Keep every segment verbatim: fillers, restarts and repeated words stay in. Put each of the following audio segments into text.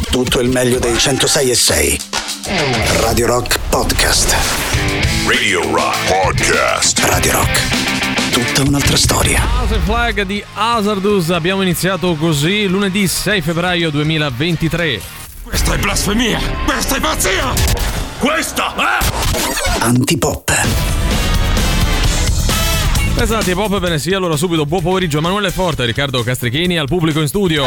tutto il meglio dei centosei e sei. Radio Rock Podcast. Radio Rock Podcast. Radio Rock. Tutta un'altra storia. House Flag di Hazardous. Abbiamo iniziato così lunedì sei febbraio duemilaventitré. Questa è blasfemia! Questa è pazzia! Questa è... Antipop. Esatto, pop, bene sia. Allora subito buon pomeriggio a Emanuele Forte, Riccardo Castrichini, al pubblico in studio.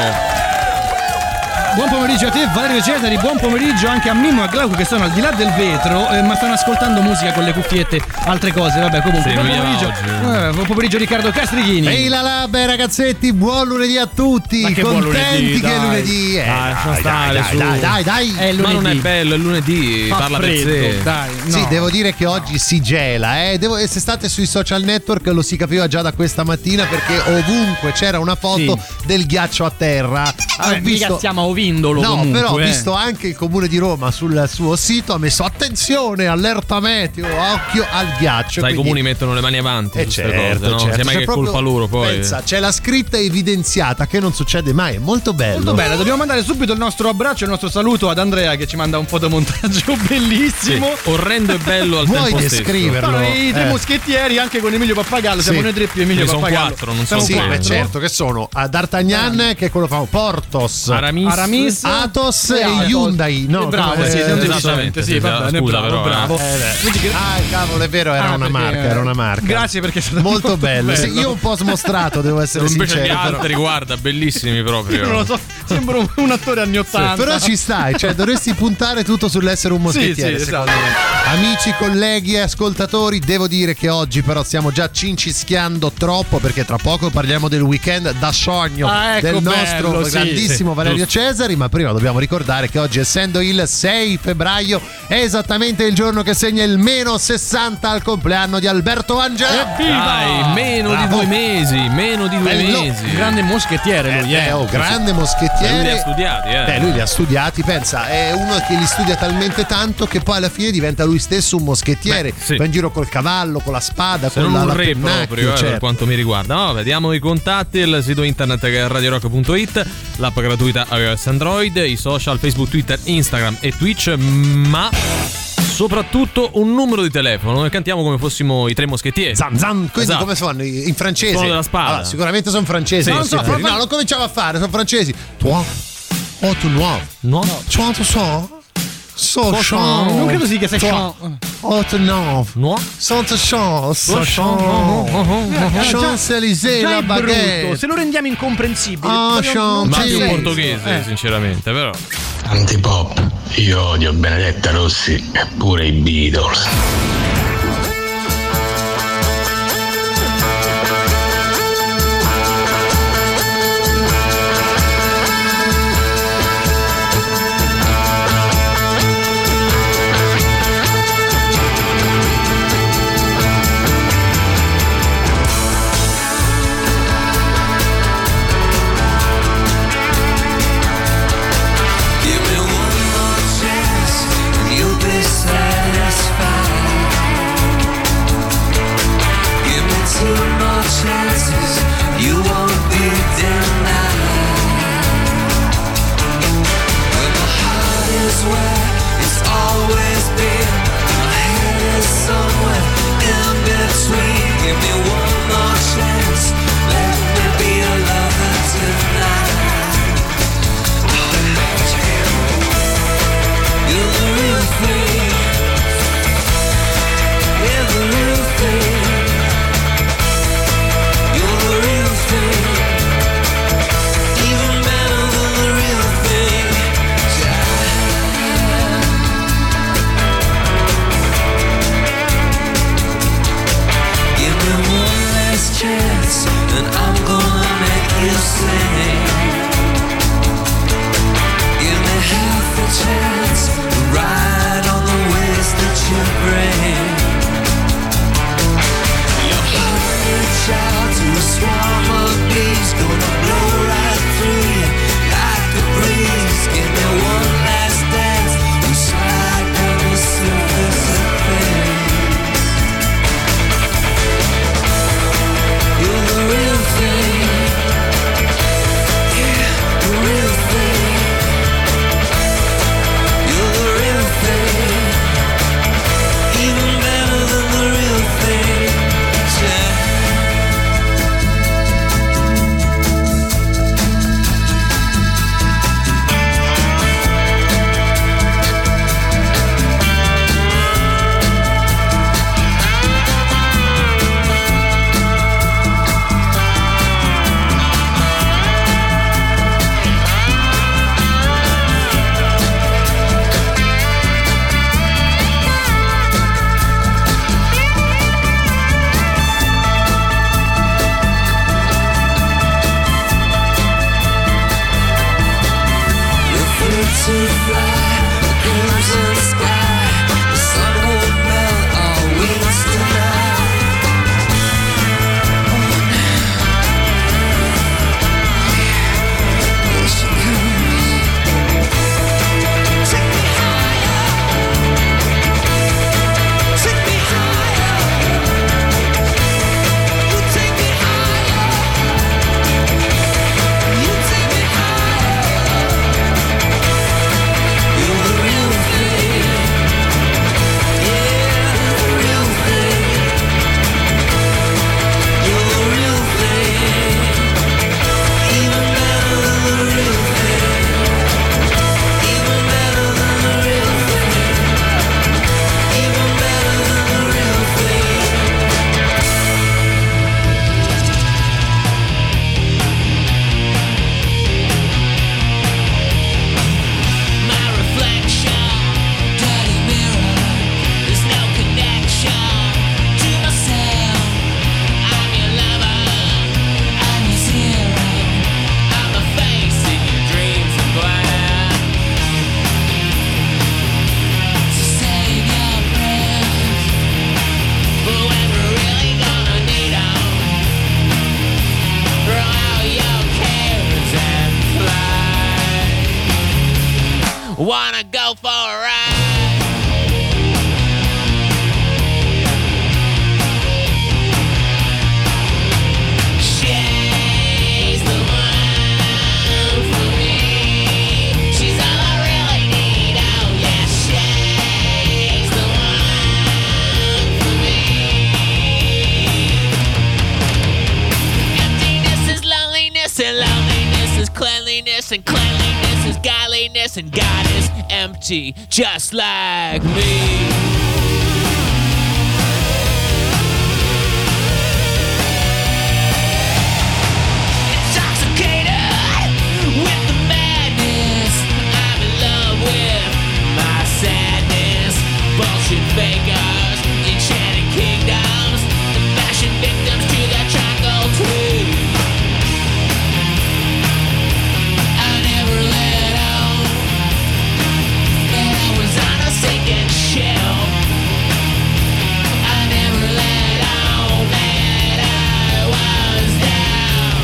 Buon pomeriggio a te Valerio Cesari, buon pomeriggio anche a Mimmo e a Glauco che sono al di là del vetro eh, ma stanno ascoltando musica con le cuffiette, altre cose, vabbè comunque sì, buon pomeriggio eh, buon pomeriggio Riccardo Castrichini. Ehi la la, beh ragazzetti, buon lunedì a tutti, ma che contenti lunedì, che è lunedì eh, dai, dai, stare, dai, su. dai, dai, dai. È lunedì. Ma non è bello, è lunedì, Fa parla freddo, per sé. dai, no. Sì, devo dire che oggi si gela, eh. Devo, se state sui social network lo si capiva già da questa mattina perché ovunque c'era una foto sì. del ghiaccio a terra. Vabbè, visto... mica stiamo a Ovindolo no, comunque, però ho eh. visto anche il comune di Roma sul suo sito ha messo attenzione, allerta meteo, occhio al ghiaccio. Sai, i quindi... comuni mettono le mani avanti Eh su certo, queste cose, no? certo. Sembra C'è che è proprio- colpa loro poi. Pensa, c'è la scritta evidenziata che non succede mai, è molto bello. Molto bella, dobbiamo mandare subito il nostro abbraccio e il nostro saluto ad Andrea che ci manda un fotomontaggio bellissimo. Sì, orrendo e bello al Vuoi tempo stesso. descriverlo? Allora, i tre Eh. moschettieri anche con Emilio Pappagallo, siamo Sì. noi tre più Emilio Sì, sono Pappagallo. quattro, non Siamo sono Sì, tre. beh, quattro. certo che sono a D'Artagnan che è quello famoso, Portos, Aramis, Aramis, Athos e Athos. Hyundai. No, bravo, come- sì, eh, sei un esattamente, deficiente, sì, sì, va bene, scusa, bravo, però, bravo. Eh, beh. Quindi che- Ah, cavolo, è vero, era Ah, una perché- marca, era una marca. Grazie perché è stato Molto bello. Sì, io un po' smostrato, devo essere invece gli sincero. però- altri, guarda, bellissimi proprio. Io non lo so, sembro un, un attore anni ottanta. Però ci stai, cioè dovresti puntare tutto sull'essere un moschettiere. Sì, sì, secondo esatto. me. Amici, colleghi e ascoltatori, devo dire che oggi però stiamo già cincischiando troppo perché tra poco parliamo del weekend da sogno Ah, ecco, del nostro bello, sì, grandissimo sì, Valerio giusto. Cesari, ma prima dobbiamo ricordare che oggi, essendo il sei febbraio, è esattamente il giorno che segna il meno sessanta al compleanno di Alberto Angela. Dai, meno Bravo. di due mesi, meno di due Bello. mesi. Un grande moschettiere lui, Eh, eh. oh, grande Lui li moschettiere. ha studiati, eh. Eh, lui li ha studiati, pensa, è uno che li studia talmente tanto che poi alla fine diventa lui stesso un moschettiere. Beh, sì. Va in giro col cavallo, con la spada, Se con non la, un la re pennacchio, proprio, eh, certo. per quanto mi riguarda. No, vediamo i contatti, il sito internet che è radio rock punto it, l'app gratuita iOS Android, i social Facebook, Twitter, Instagram e Twitch, ma soprattutto un numero di telefono. Noi cantiamo come fossimo i tre moschettieri. Zan zan, quindi Esatto. come fanno in francese? Suono della spada. Allora, sicuramente sono francesi. Sì, non sì, so, sì. però- no, non cominciamo a fare, sono francesi. Toi, oh tu nuovo. No? Quanto so? So So chant. Non credo si che sei Toi, chant. oh tu nuovo. No? Santa chance, So chance. Champs-Élysées, Già la è brutto, baguette. se lo rendiamo incomprensibile. Ah, poi non- Ma Sì. più non- portoghese, Eh. sinceramente, però. Antipop, io odio Benedetta Rossi e pure i Beatles. Give me one more chance and you'll be satisfied. Give me two more chances, you won't be denied. When my heart is where it's always been, my head is somewhere in between. Give me one more chance, let me be a lover tonight. You're the real thing. You're the real thing. You're the real thing. Even better than the real thing. Give me one to fly the crimson sky. The sun won't melt our wings tonight. Here she comes. Take me higher. Take me higher. You take me higher. You take me higher. You're the real thing. Yeah, the real thing. You're the real thing. Even better than the real thing. Even better than the real thing. Even better than the real thing. My reflection, dirty mirror. There's no connection to myself. I'm your lover, I'm your zero. I'm the face in your dreams and glass. So save your breath for when we're really gonna need 'em. Throw out your cares and fly. Wanna go for a ride? She's the one for me. She's all I really need. Oh yeah, she's the one for me. Emptiness is loneliness, and loneliness is cleanliness, and cleanliness is godliness, and God is empty, just like me. Intoxicated with the madness, I'm in love with my sadness. Bullshit fakers, enchanted kingdoms, the fashion victims to their charcoal tree. I never let on that I was on a sinking ship. I never let on that I was down.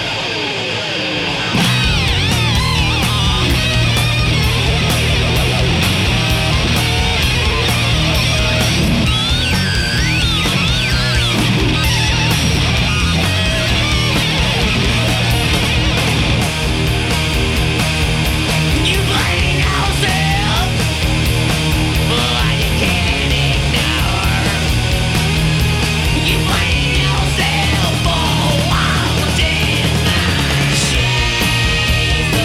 You blame yourself for what you can't ignore. You blame yourself for wanting my she's the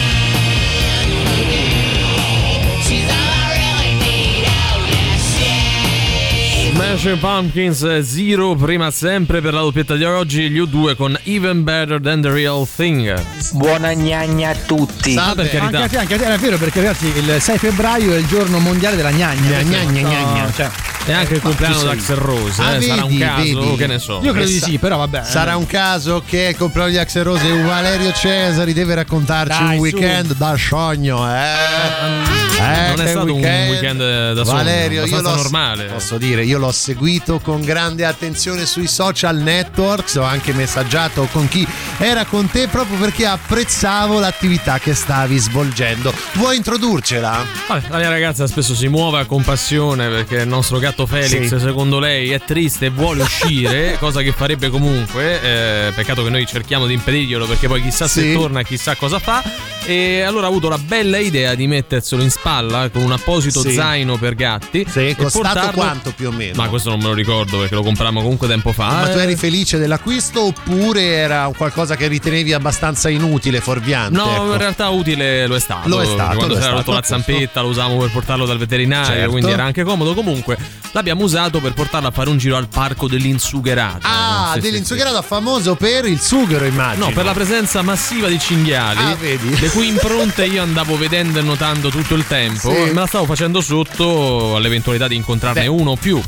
one for me. She's all I really need. Oh yeah, she's Smashing Pumpkins, Zero, prima sempre per la doppietta di oggi, gli U due con Even Better Than The Real Thing. Buona gnagna a tutti. Ah, per Anche carità. a te, anche a te, è vero, perché ragazzi il sei febbraio è il giorno mondiale della gnagna. Gnagna, gnagna, No, gnagna. cioè, E anche il compleanno tu di sei- Axl Rose, Ah, eh, sarà un vedi, caso, vedi. che ne so. io credo di sa- sì, però vabbè. Sarà un caso che il compleanno di Axl Rose e Valerio Cesari deve raccontarci Dai, un su. weekend da sogno, eh? Eh, Non è che stato un weekend da sogno, Valerio, io abbastanza l'ho, normale. posso dire, io l'ho seguito con grande attenzione sui social networks, ho anche messaggiato con chi era con te proprio perché apprezzavo l'attività che stavi svolgendo. Vuoi introdurcela? Vabbè, la mia ragazza spesso si muove a compassione perché il nostro gatto Felix, Sì. secondo lei, è triste e vuole uscire, cosa che farebbe comunque. Eh, peccato che noi cerchiamo di impedirglielo perché poi chissà se Sì. torna, chissà cosa fa. E allora ha avuto la bella idea di metterselo in spalla con un apposito Sì. zaino per gatti. Sì, e costato portarlo- quanto più o meno? Ma questo non me lo ricordo perché lo comprammo comunque tempo fa. Ma tu eh. eri felice dell'acquisto oppure era un qualcosa che ritenevi abbastanza inutile, fuorviante? No, ecco? in realtà utile lo è stato. Lo è stato, Quando lo è si era rotto stato, la appunto. zampetta lo usavamo per portarlo dal veterinario, Certo. quindi era anche comodo. Comunque l'abbiamo usato per portarlo a fare un giro al parco dell'Insugherato. Ah, Sì, sì, dell'Insugherato, famoso per il sughero, immagino. No, per la presenza massiva di cinghiali, Ah, vedi? le cui impronte io andavo vedendo e notando tutto il tempo. Sì. Me la stavo facendo sotto all'eventualità di incontrarne Beh, uno o più. Ma io vorrei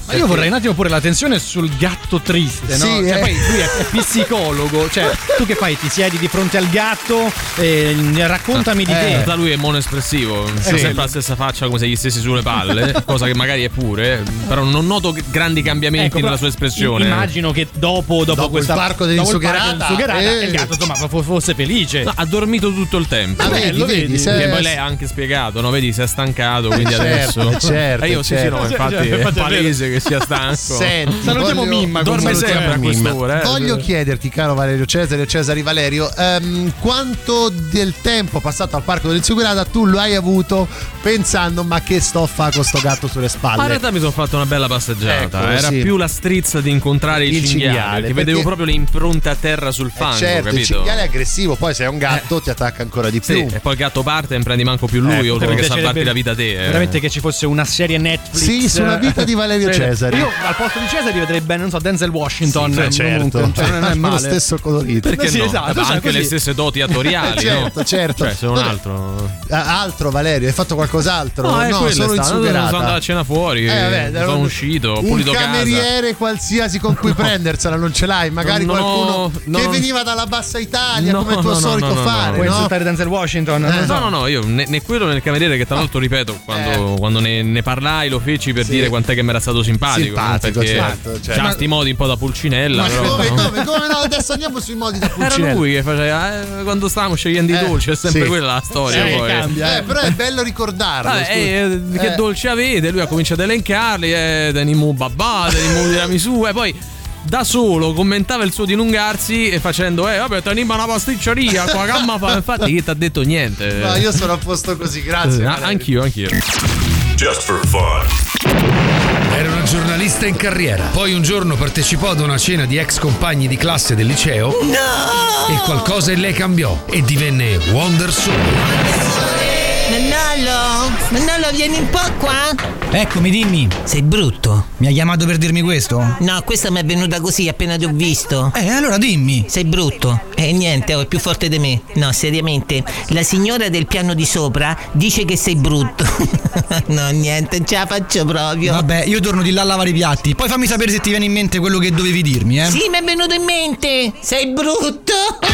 vorrei un attimo pure l'attenzione sul gatto triste, no? Sì, Cioè, eh. poi lui è, è psicologo, cioè tu che fai? Ti siedi di fronte al gatto e raccontami di In te. realtà lui è monoespressivo, fa Sì. sempre la stessa faccia come se gli stessi sulle palle, cosa che magari è pure, però non noto grandi cambiamenti Ecco, nella però sua espressione. Immagino che dopo, dopo, Dopo questa, il parco dopo il dell'Insugherata, parco dell'Insugherata, eh. il gatto insomma fo- fosse felice. No, ha dormito tutto il tempo. Ah, Bello, vedi, vedi, vedi? se- Che poi lei ha anche spiegato, no? Vedi, si è stancato, quindi certo, adesso. certo, E io sì, sì, certo. no, infatti Certo, è infatti è palese che sia stanco. Senti, Salutiamo voglio- Mimma, Dorme comunque. sempre a Mimma. quest'ora, eh. Voglio chiederti, caro Valerio Cesare e Cesari Valerio, ehm, quanto del tempo passato al parco dell'Insugherata tu lo hai avuto pensando ma che sto a fare con sto gatto sulle Ma in spalle? realtà mi sono fatto una bella passeggiata. Ecco, Era sì. più la strizza di incontrare il, Il cinghiale, cinghiale, perché perché- vedevo proprio le impronte a terra sul Eh, fango, certo, il capito? cinghiale è aggressivo, poi se è un gatto ti attacca ancora di più. Sì, e poi il gatto parte e non prendi manco più lui, Ecco, oltre Mi che piacerebbe salvarti la vita te. eh. Veramente che ci fosse una serie Netflix. Sì, sulla vita di Valerio Sì. Cesari. Io al posto di Cesari vedrei bene, non so, Denzel Washington. Sì, certo, comunque, cioè, non è lo male. stesso colorito. Perché Sì, no? esatto, Eh, ma cioè, anche così. le stesse doti attoriali, certo, no? certo. Cioè, se non Vabbè. altro. Ah, altro Valerio, hai fatto qualcos'altro? No, è no, quello solo è in stato. Insugherata. Sono andato a cena fuori, Eh, vabbè, sono un- uscito, ho un pulito casa. cameriere qualsiasi con cui prendersela non ce l'hai, magari Non ho- qualcuno non che ho- veniva dalla bassa Italia No, come è tuo no, no, solito no, no, fare, Puoi no? insultare Denzel Washington? Non Eh, lo so. No, no, no, io né, né quello né il cameriere, che tra l'altro, ripeto, quando, quando ne, ne parlai lo feci per Sì. dire quant'è che mi era stato simpatico. Simpatico, perché certo, certo. c'ha sti modi un po' da pulcinella, Ma però. come, come, come no? Adesso andiamo sui modi da Era Pulcinella. lui che faceva, eh, quando stavamo scegliendo i Eh, dolci, è sempre sì. quella la storia. Eh, poi. cambia. Eh, però è bello ricordarlo. Vabbè, scusa. eh, che Eh. dolci avete? Lui ha cominciato ad elencarli, eh, teniamo babà, teniamo tiramisù, e poi da solo commentava il suo dilungarsi e facendo eh vabbè teniamo una pasticceria qua gamma fa. Infatti chi ti ha detto niente? No, io sono a posto così, grazie. Eh, Valerio. anch'io, anch'io. Just for fun. Era una giornalista in carriera. Poi un giorno partecipò ad una cena di ex compagni di classe del liceo. No! E qualcosa in lei cambiò e divenne Wonder Soul. Manolo, Manolo, vieni un po' qua. Eccomi, dimmi. Sei brutto. Mi hai chiamato per dirmi questo? No, questa mi è venuta così appena ti ho visto. Eh, allora dimmi. Sei brutto. E eh, niente, oh, è più forte di me. No, seriamente. La signora del piano di sopra dice che sei brutto. No, niente, non ce la faccio proprio. Vabbè, io torno di là a lavare i piatti. Poi fammi sapere se ti viene in mente quello che dovevi dirmi, eh. Sì, mi è venuto in mente. Sei brutto.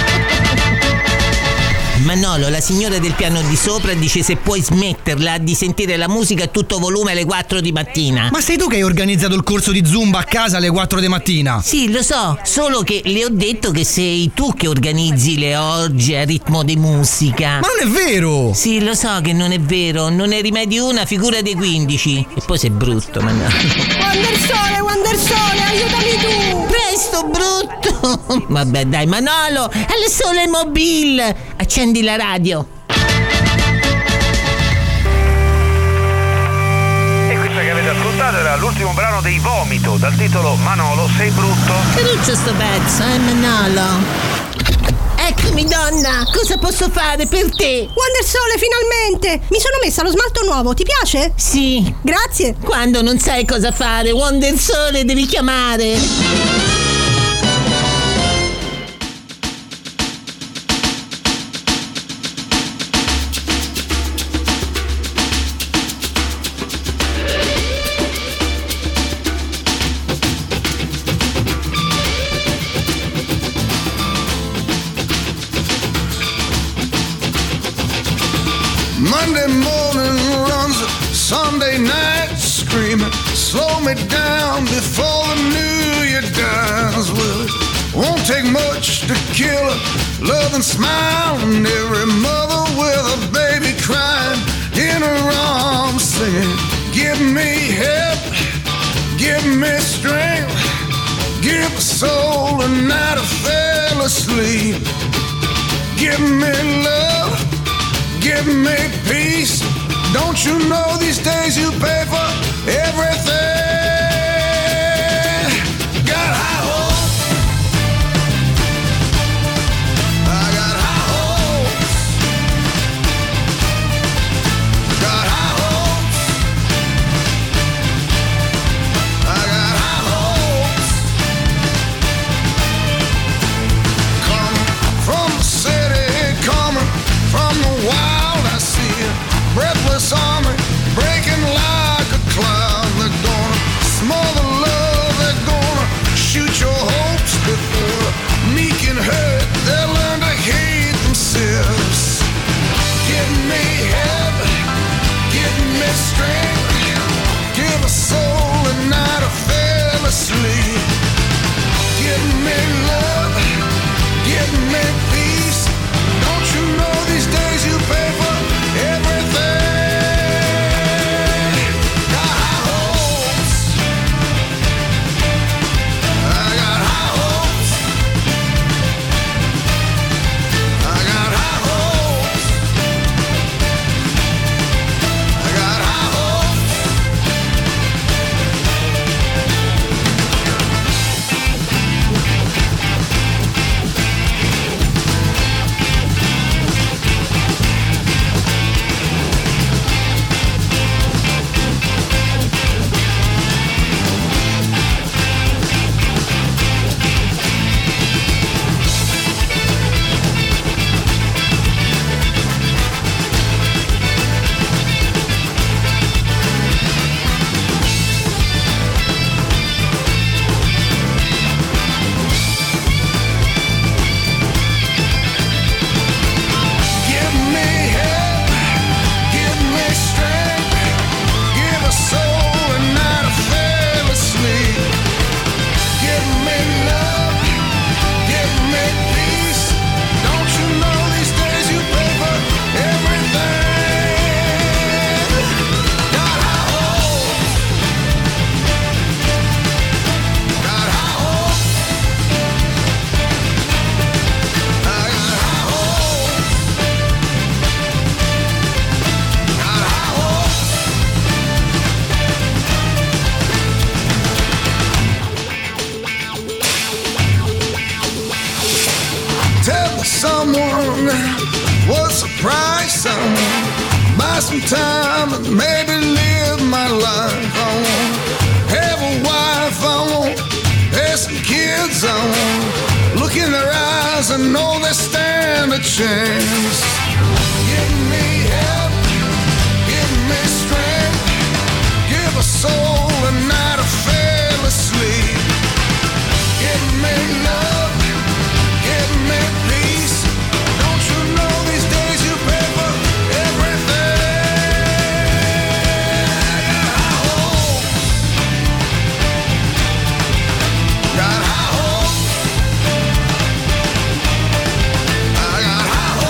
Manolo, la signora del piano di sopra dice se puoi smetterla di sentire la musica a tutto volume alle quattro di mattina. Ma sei tu che hai organizzato il corso di Zumba a casa alle quattro di mattina? Sì, lo so, solo che le ho detto che sei tu che organizzi le orge a ritmo di musica. Ma non è vero! Sì, lo so che non è vero, non ne rimedi una, figura dei quindici. E poi sei brutto, Manolo. Wonder Sole, Wonder Sole, aiutami tu! Presto, brutto! Vabbè, dai, Manolo, al sole mobile! Accendi la radio. E questa che avete ascoltato era l'ultimo brano dei Vomito, dal titolo Manolo, sei brutto. Caruccio sto pezzo, eh, Manolo? Eccomi, donna, cosa posso fare per te? Wonder Sole, finalmente! Mi sono messa lo smalto nuovo, ti piace? Sì. Grazie. Quando non sai cosa fare, Wonder Sole devi chiamare. Monday morning runs, Sunday night screaming. Slow me down before the new year dies. Well, it won't take much to kill a loving smile, and every mother with a baby crying in her arms, singing, give me help, give me strength, give a soul a night I fell asleep. Give me love, give me peace. Don't you know these days you pay for everything? Got high hopes, I got high hopes, got high hopes, I got high hopes. Coming from the city, coming from the wild, I see a breathless army breaking like a cloud. They're gonna smother love on now. What's the price I want? Buy some time and maybe live my life. I want have a wife, I want have some kids, I want look in their eyes and know they stand a chance. Give me help, give me strength, give a soul a night of fearless sleep. Give me love, give me peace. Don't you know these days you pay for everything? I got high hopes, got high hopes, I got high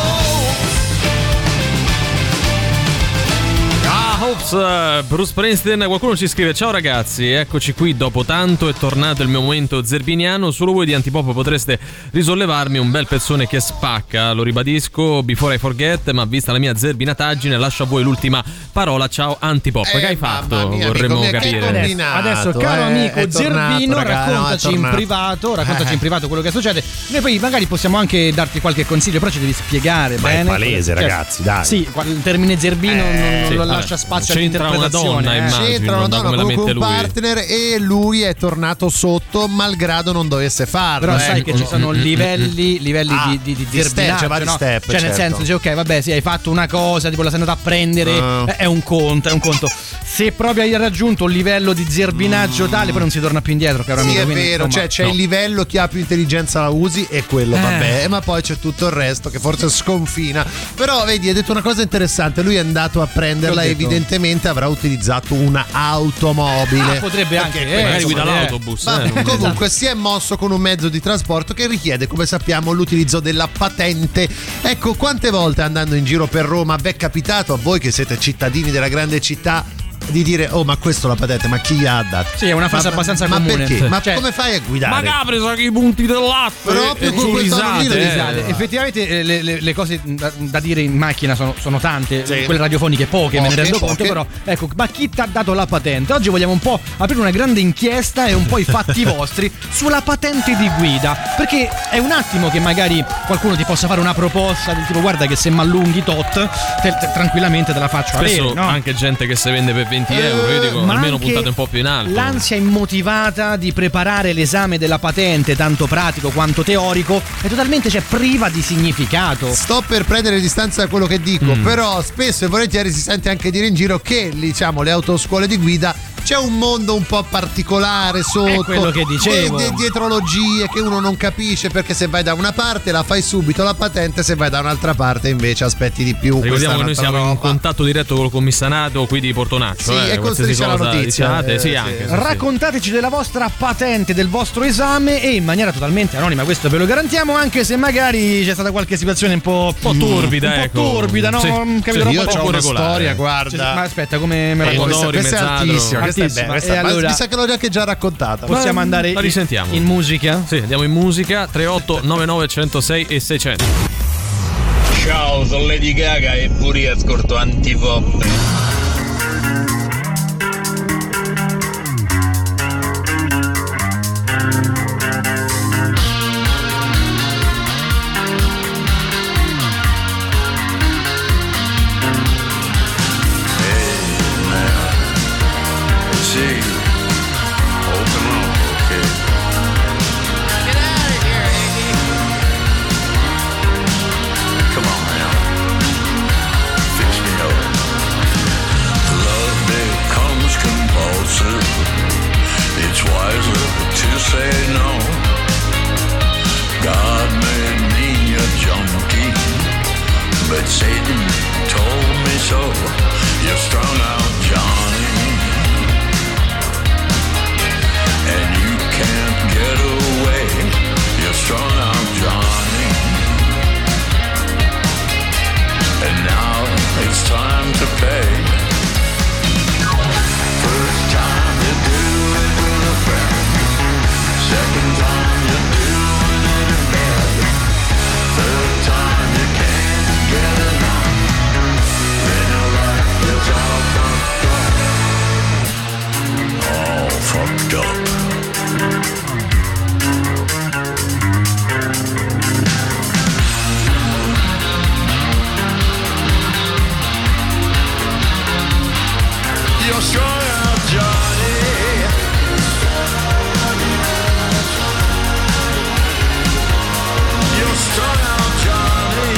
hopes. Ah, Hopes, uh, Bruce Springsteen. Qualcuno ci scrive: ciao ragazzi, eccoci qui dopo tanto, è tornato il mio momento zerbiniano. Solo voi di Antipop potreste risollevarmi, un bel pezzone che spacca, lo ribadisco, Before I Forget, ma vista la mia zerbinataggine lascio a voi l'ultima parola. Ciao Antipop. Eh, che hai fatto? mia, Vorremmo amico, capire. Adesso, adesso caro eh, amico è tornato, Zerbino, raga, no, è raccontaci in tornato. privato, raccontaci Eh. in privato quello che succede. Noi poi magari possiamo anche darti qualche consiglio, però ci devi spiegare Ma è bene. palese, Cioè, ragazzi, dai. Sì, qua- il termine Zerbino Eh, non, non sì, lo vabbè. lascia spazio C'entra una all'interpretazione. donna, eh. immagino. C'entra una da donna come la comunque mette un lui. partner e lui è tornato sotto malgrado non dovesse farlo. Però eh. sai che ci sono livelli, livelli Ah, di, di, di, di step, zerbinaggio, c'è vari no? step, Cioè nel certo. senso, dici, ok, vabbè, sì, hai fatto una cosa, tipo la sei andata a prendere, Ah. eh, è un conto, è un conto. Se proprio hai raggiunto un livello di zerbinaggio tale, poi non si torna più indietro, caro Sì, amico. è quindi, vero, insomma, cioè c'è no. il livello, chi ha più intelligenza la usi e quello Eh. vabbè, ma poi c'è tutto il resto che forse sconfina. Però vedi, hai detto una cosa interessante, lui è andato a prenderla Che e ho detto? evidentemente avrà utilizzato una automobile. Ah, potrebbe anche, Perché eh, Magari questo- guida eh. l'autobus. Vabbè, eh, non- comunque si è mosso con un mezzo di trasporto che richiede, come sappiamo, l'utilizzo della patente. Ecco, quante volte andando in giro per Roma vi è capitato a voi che siete cittadini della grande città di dire oh ma questo la patente, ma chi ha dato? Sì, è una frase Ma- abbastanza ma comune. perché? Sì. Ma Cioè- come fai a guidare? Ma capri, sa che i punti del latte. Proprio e con tu quel tono lì, risate, risate. eh. Effettivamente eh, le, le- le cose da, da dire in macchina sono, sono tante, Sì. quelle radiofoniche poche, me ne Poche, rendo poche. conto, però ecco, ma chi ti ha dato la patente? Oggi vogliamo un po' aprire una grande inchiesta e un po' i fatti vostri sulla patente di guida, perché è un attimo che magari qualcuno ti possa fare una proposta del tipo guarda che se mi allunghi tot te- te- tranquillamente te la faccio Spesso avere, no? anche gente che si vende per venti euro, io dico Ma almeno anche puntate un po' più in alto. l'ansia immotivata di preparare l'esame della patente, tanto pratico quanto teorico, è totalmente, cioè, priva di significato. Sto per prendere distanza da quello che dico, Mm. però spesso e volentieri si sente anche dire in giro che, diciamo, le autoscuole di guida c'è un mondo un po' particolare sotto. È quello che dicevo. de- de- dietrologie che uno non capisce, perché se vai da una parte la fai subito la patente, se vai da un'altra parte invece aspetti di più. Ricordiamo che noi Questa è siamo un'altra in roba. contatto diretto col commissariato qui di Portonaccio. Sì, eh, e qualsiasi costringe la cosa notizia, diciate, eh, sì, sì. anche. sì, sì. Raccontateci della vostra patente, del vostro esame e in maniera totalmente anonima, questo ve lo garantiamo, anche se magari c'è stata qualche situazione un po', Un po' torbida, un po' ecco. torbida, no? Sì. Mm, capito? Sì, Roba Io po' ho una regolare. storia, Cioè, guarda. ma aspetta, come me la Eh, questa, Pomodori, questa è mezzadro. altissima, questa è Altissima. bella, questa E è- ma allora- mi sa che l'ho anche già raccontata. Possiamo andare la risentiamo. in musica? Sì, andiamo in musica. tre otto nove nove uno zero sei e seicento. Ciao, sono Lady Gaga e pure io ascolto Antipop. See, open up, okay? Get out of here, Iggy. Come on now. Fix me up. Love becomes compulsive. It's wiser to say no. God made me a junkie, but Satan told me so. You're strung out, Johnny, and you can't get away. You're strung out, Johnny, and now it's time to pay. First time you do it with a friend, second time you do it in bed, third time you can't get enough. Then you're like, You're strung out, Johnny. You're strung out, Johnny.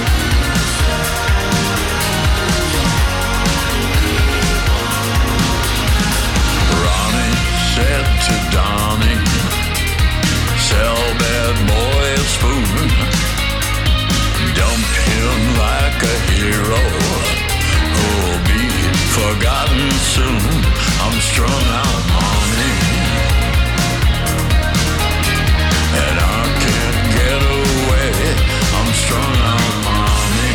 Ronnie said to Donnie, sell bad boy's food, dump him like a hero who'll be forgotten soon. I'm strung out, mommy, and I can't get away. I'm strung out, mommy,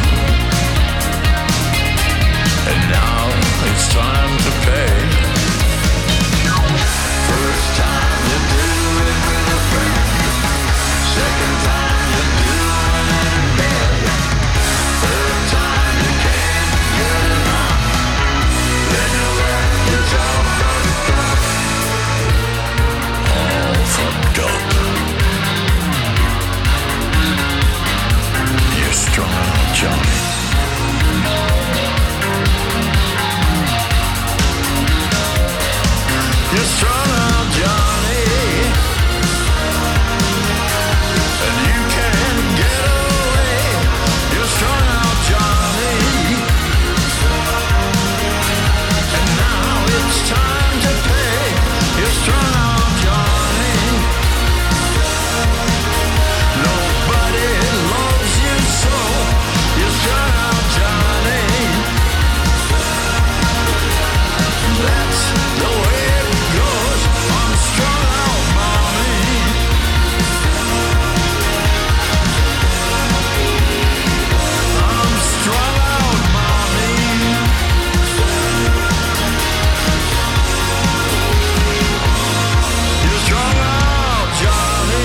and now it's time to pay. First time you do it with a friend, second time you do it in bed, third time you can't get enough, then you let yourself fucked up, all fucked up. You're strung out, Johnny. You're strung out, Johnny, and you can't get away. You're strung out, Johnny, and now it's time to pay. You're strung out, Johnny. Nobody loves you so. You're strung out, Johnny. That's the way it goes. I'm strung out, mommy. I'm strung out, mommy. You're strung out, Johnny.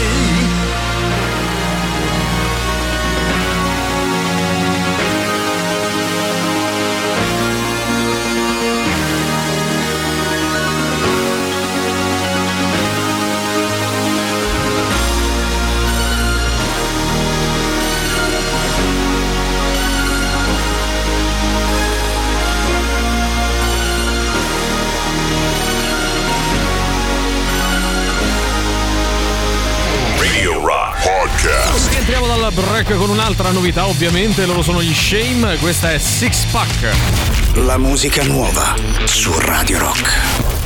Radio Rock Podcast. Entriamo dal break con un'altra novità, ovviamente loro sono gli Shame, questa è Six Pack. La musica nuova su Radio Rock.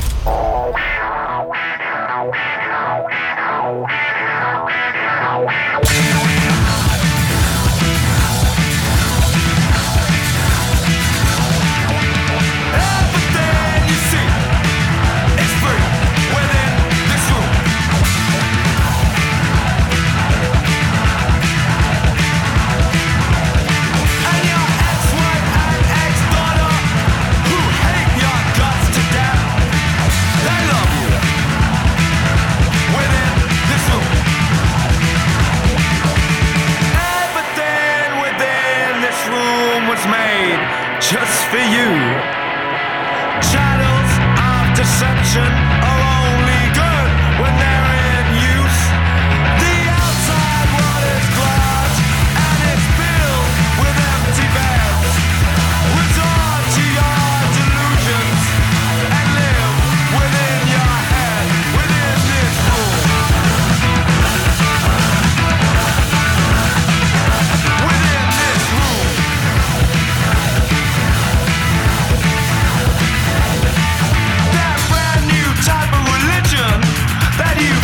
Everything you see is free within this room. And your ex-wife and ex-daughter who hate your guts to death, they love you within this room. Everything within this room was made just for you. Channels of deception are only good when they're in use. The outside world is glass and it's filled with empty beds. Resort to your delusions and live within your head, within this room. Within this room. That brand new type of religion that you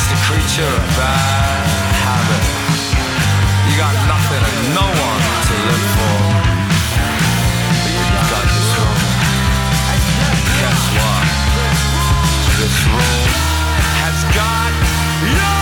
just a creature of bad habit. You got nothing and no one to live for. But you've got this room. Guess what? This room has got you!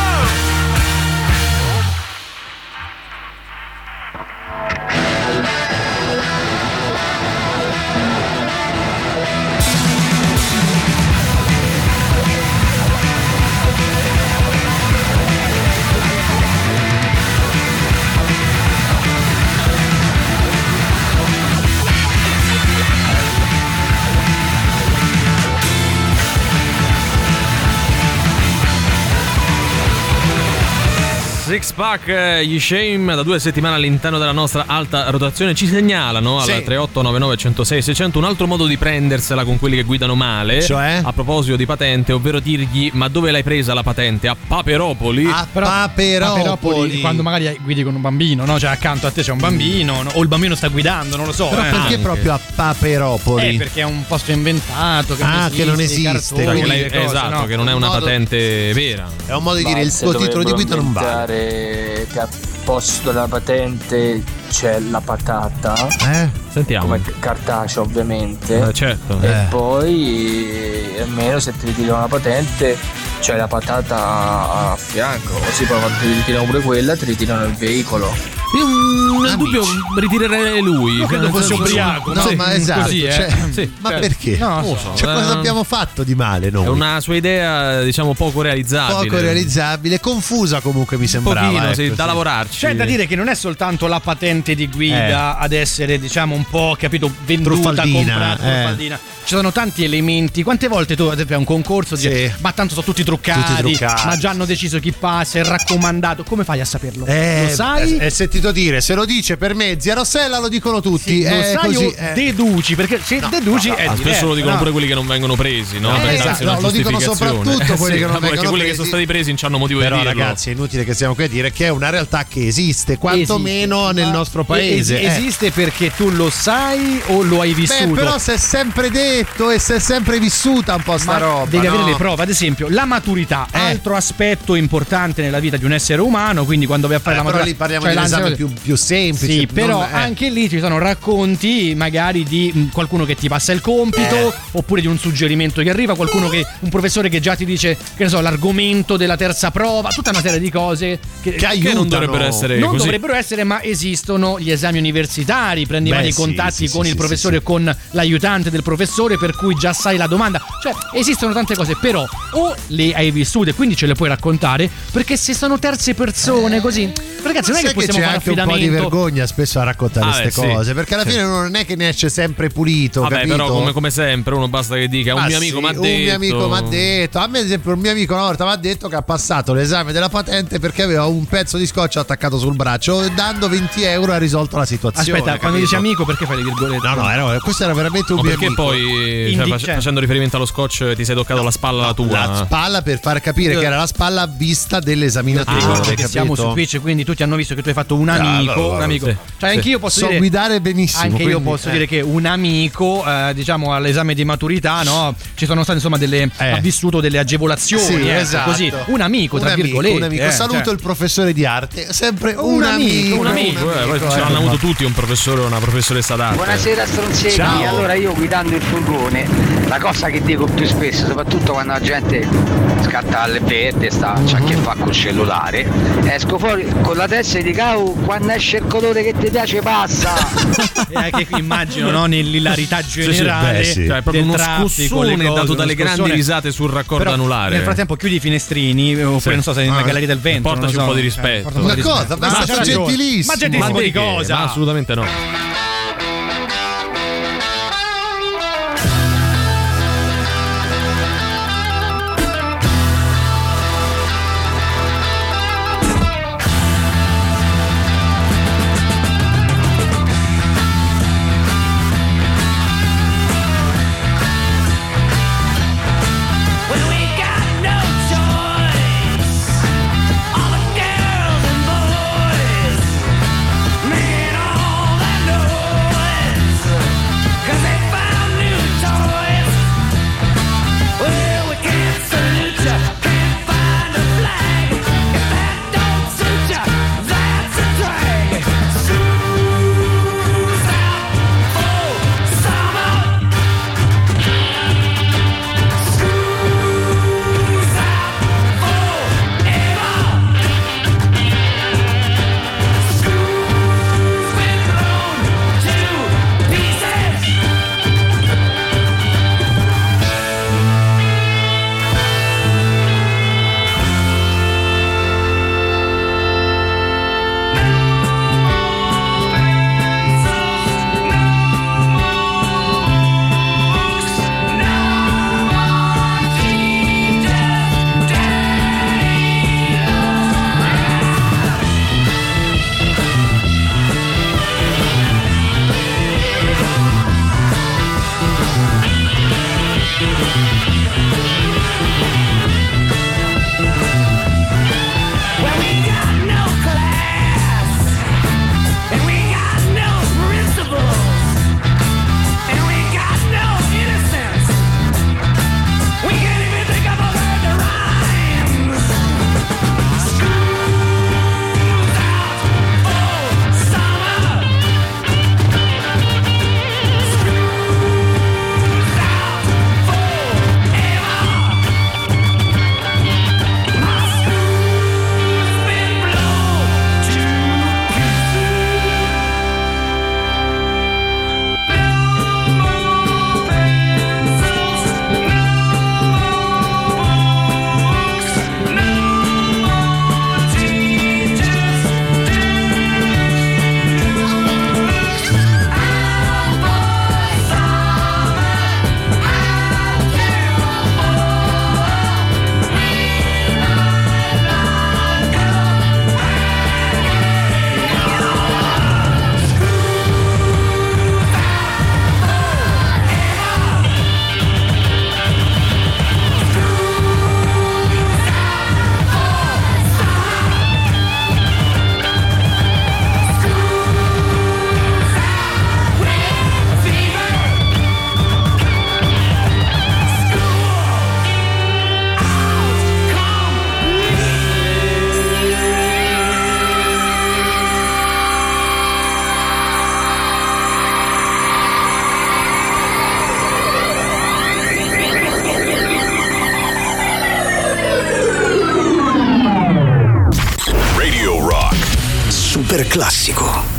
Six Pack, gli Shame, da due settimane all'interno della nostra alta rotazione, ci segnalano alla Sì. tre otto nove nove uno zero sei sei zero zero un altro modo di prendersela con quelli che guidano male. Cioè? A proposito di patente, ovvero dirgli: ma dove l'hai presa la patente? A Paperopoli? A Però- Paperopoli. Paperopoli, quando magari guidi con un bambino, no? Cioè accanto a te c'è un bambino, no? O il bambino sta guidando, non lo so. Però eh. perché anche. proprio a Paperopoli? Eh, perché è un posto inventato che, Ah, non che non esiste, esiste, cartoni, Cioè, che quindi- lei- le cose, esatto, no? che non è una Un modo- patente vera. È un modo di dire il tuo titolo di guida non vale. Inventare che al posto della patente c'è la patata, Eh? Sentiamo. come cartacea ovviamente. Eh, certo. E Eh. poi almeno se ti ritirano la patente c'è la patata a fianco, così poi quando ti ritirano pure quella ti ritirano il veicolo. Io mm, nel Amici. dubbio ritirerei lui. Io credo Nel fosse senso- ubriaco. No, Sì, ma esatto. così, eh. cioè, Sì, ma certo. perché? No, Non lo so. Cioè, cosa eh, abbiamo fatto di male noi? È una sua idea, diciamo, poco realizzabile. Poco realizzabile, confusa comunque mi Un sembrava. pochino, sì, ecco, da sì. lavorarci. C'è da dire che non è soltanto la patente di guida ad essere, diciamo, un po', capito, venduta, Truffaldina, comprata, eh. truffaldina. Ci sono tanti elementi. Quante volte tu, ad esempio, a un concorso dici, Sì. ma tanto sono tutti truccati, Tutti truccati. ma già hanno deciso chi passa, è raccomandato. Come fai a saperlo? Eh, lo sai? È sentito dire, se lo dice per me zia Rossella lo dicono tutti. Sì, lo eh, sai così, o eh. deduci? Perché se deduci è Ah, spesso diverso, lo dicono no? pure quelli che non vengono presi, no? Eh, Per esatto, darsi una no, lo dicono giustificazione. soprattutto quelli che non perché vengono quelli che presi. sono stati presi non hanno motivo Però di dirlo. ragazzi è inutile che stiamo qui a dire che è una realtà che esiste, quantomeno Esiste. nel Ma nostro paese. es- eh. esiste perché tu lo sai o lo hai vissuto? Beh, però si è sempre detto e si è sempre vissuta un po' sta Ma roba. devi no? avere le prove, ad esempio la maturità, Eh. altro aspetto importante nella vita di un essere umano, quindi quando vai a fare Eh, la però maturità lì parliamo cioè di un esame l'ansia- più, più semplice. Sì, però non- eh. anche lì ci sono racconti magari di mh, qualcuno che ti passa il compito, Eh. oppure di un suggerimento che arriva, qualcuno che un professore che già ti dice, che ne so, l'argomento della terza prova, tutta una serie di cose che, Che aiutano. non dovrebbero essere non così. dovrebbero essere, ma esistono gli esami universitari, prendi Beh, vari sì, contatti sì, con sì, il sì, professore, sì. con l'aiutante del professore, per cui già sai la domanda. Cioè, esistono tante cose, però o le hai vissute, quindi ce le puoi raccontare, perché se sono terze persone così, ragazzi, non è Sai che possiamo c'è fare anche un po' affidamento. di vergogna spesso a raccontare Ah, queste beh, sì. cose, perché alla Sì. fine uno non è che ne esce sempre pulito, Vabbè, capito? però come, come sempre, uno basta che dica un Ah, mio amico sì, mi ha detto. un mio amico mi ha detto. A me, ad esempio, un mio amico una volta mi ha detto che ha passato l'esame della patente perché aveva un pezzo di scotch attaccato sul braccio e dando venti euro ha risolto la situazione. Aspetta, quando capito? dici amico, perché fai le virgolette? No, no, era- questo era veramente un Ma mio perché amico. poi, cioè, Indi- face- cioè- facendo riferimento allo scotch, ti sei toccato la spalla la tua? La spalla per far capire che era la spalla a vista dell'esaminatore. Ah, capito? che siamo su Twitch, quindi tutti hanno visto che tu hai fatto un amico. allora, un amico. sì. Cioè, Sì. anch'io posso So dire. guidare benissimo, Anche io quindi, posso eh. dire che un amico, eh, diciamo, all'esame di maturità, no? Ci sono state insomma delle. Eh. Ha vissuto delle agevolazioni. Sì, ecco, esatto. così. Un amico, tra Un amico, virgolette. un amico. eh, Saluto cioè. il professore di arte, sempre un, Un amico, amico, Un amico, eh, poi ce l'hanno avuto tutti un professore o una professoressa d'arte. Buonasera stronzetti, Ciao. allora io guidando il furgone, la cosa che dico più spesso, soprattutto quando la gente scatta alle verde, sta, c'ha a che fa col cellulare, esco fuori con la testa e dico "Au, quando esce il colore che ti piace passa". E anche qui immagino, no? Nell'ilarità generale. beh, sì. Cioè, è proprio del uno traffico, scossone le cose, dato uno dalle grandi scossone. risate sul raccordo Però, anulare. Nel frattempo chiudi i finestrini, oppure Sì. non so se nella Ah. galleria del vento. Portaci non lo un po' di so. Eh, rispetto. porta un po' di Una cosa, rispetto. ma è c'ha stato ragione. gentilissimo. Ma gentilissimo Ma di perché? cosa? Ma assolutamente no. Well, we got no choice. All the girls and boys, men all that know super classico.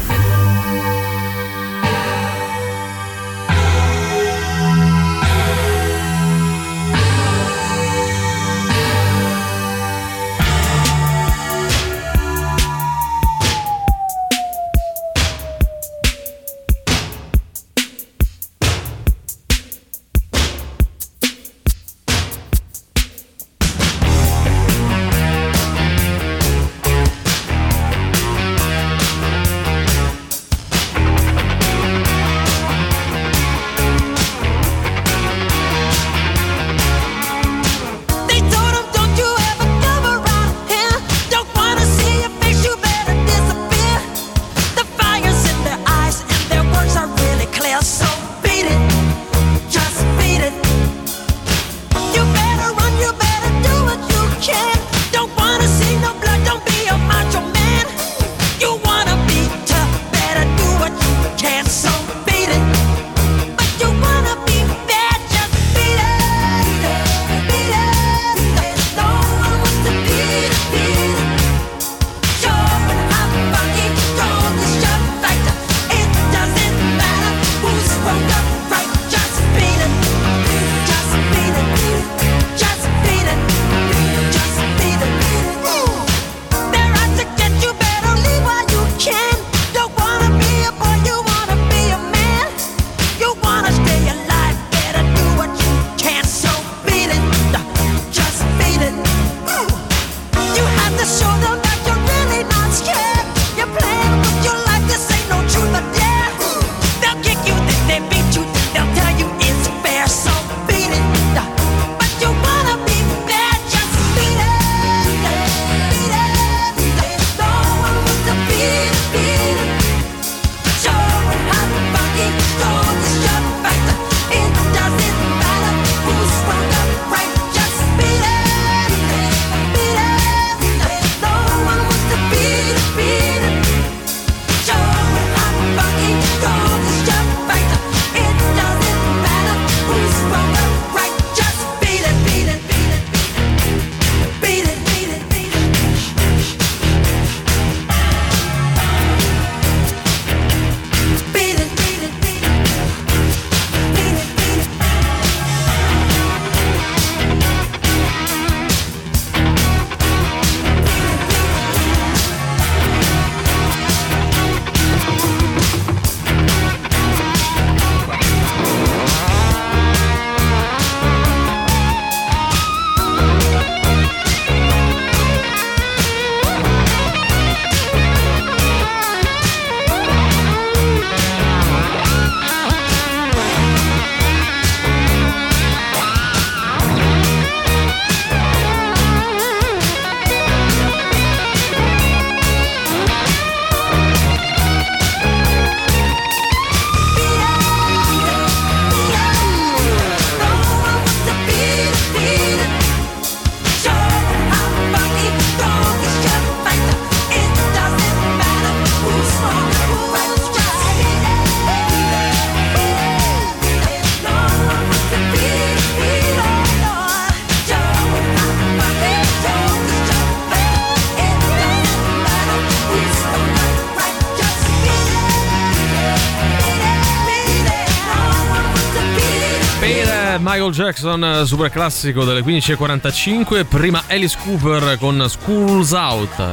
Michael Jackson, super classico delle quindici e quarantacinque. Prima Alice Cooper con School's Out.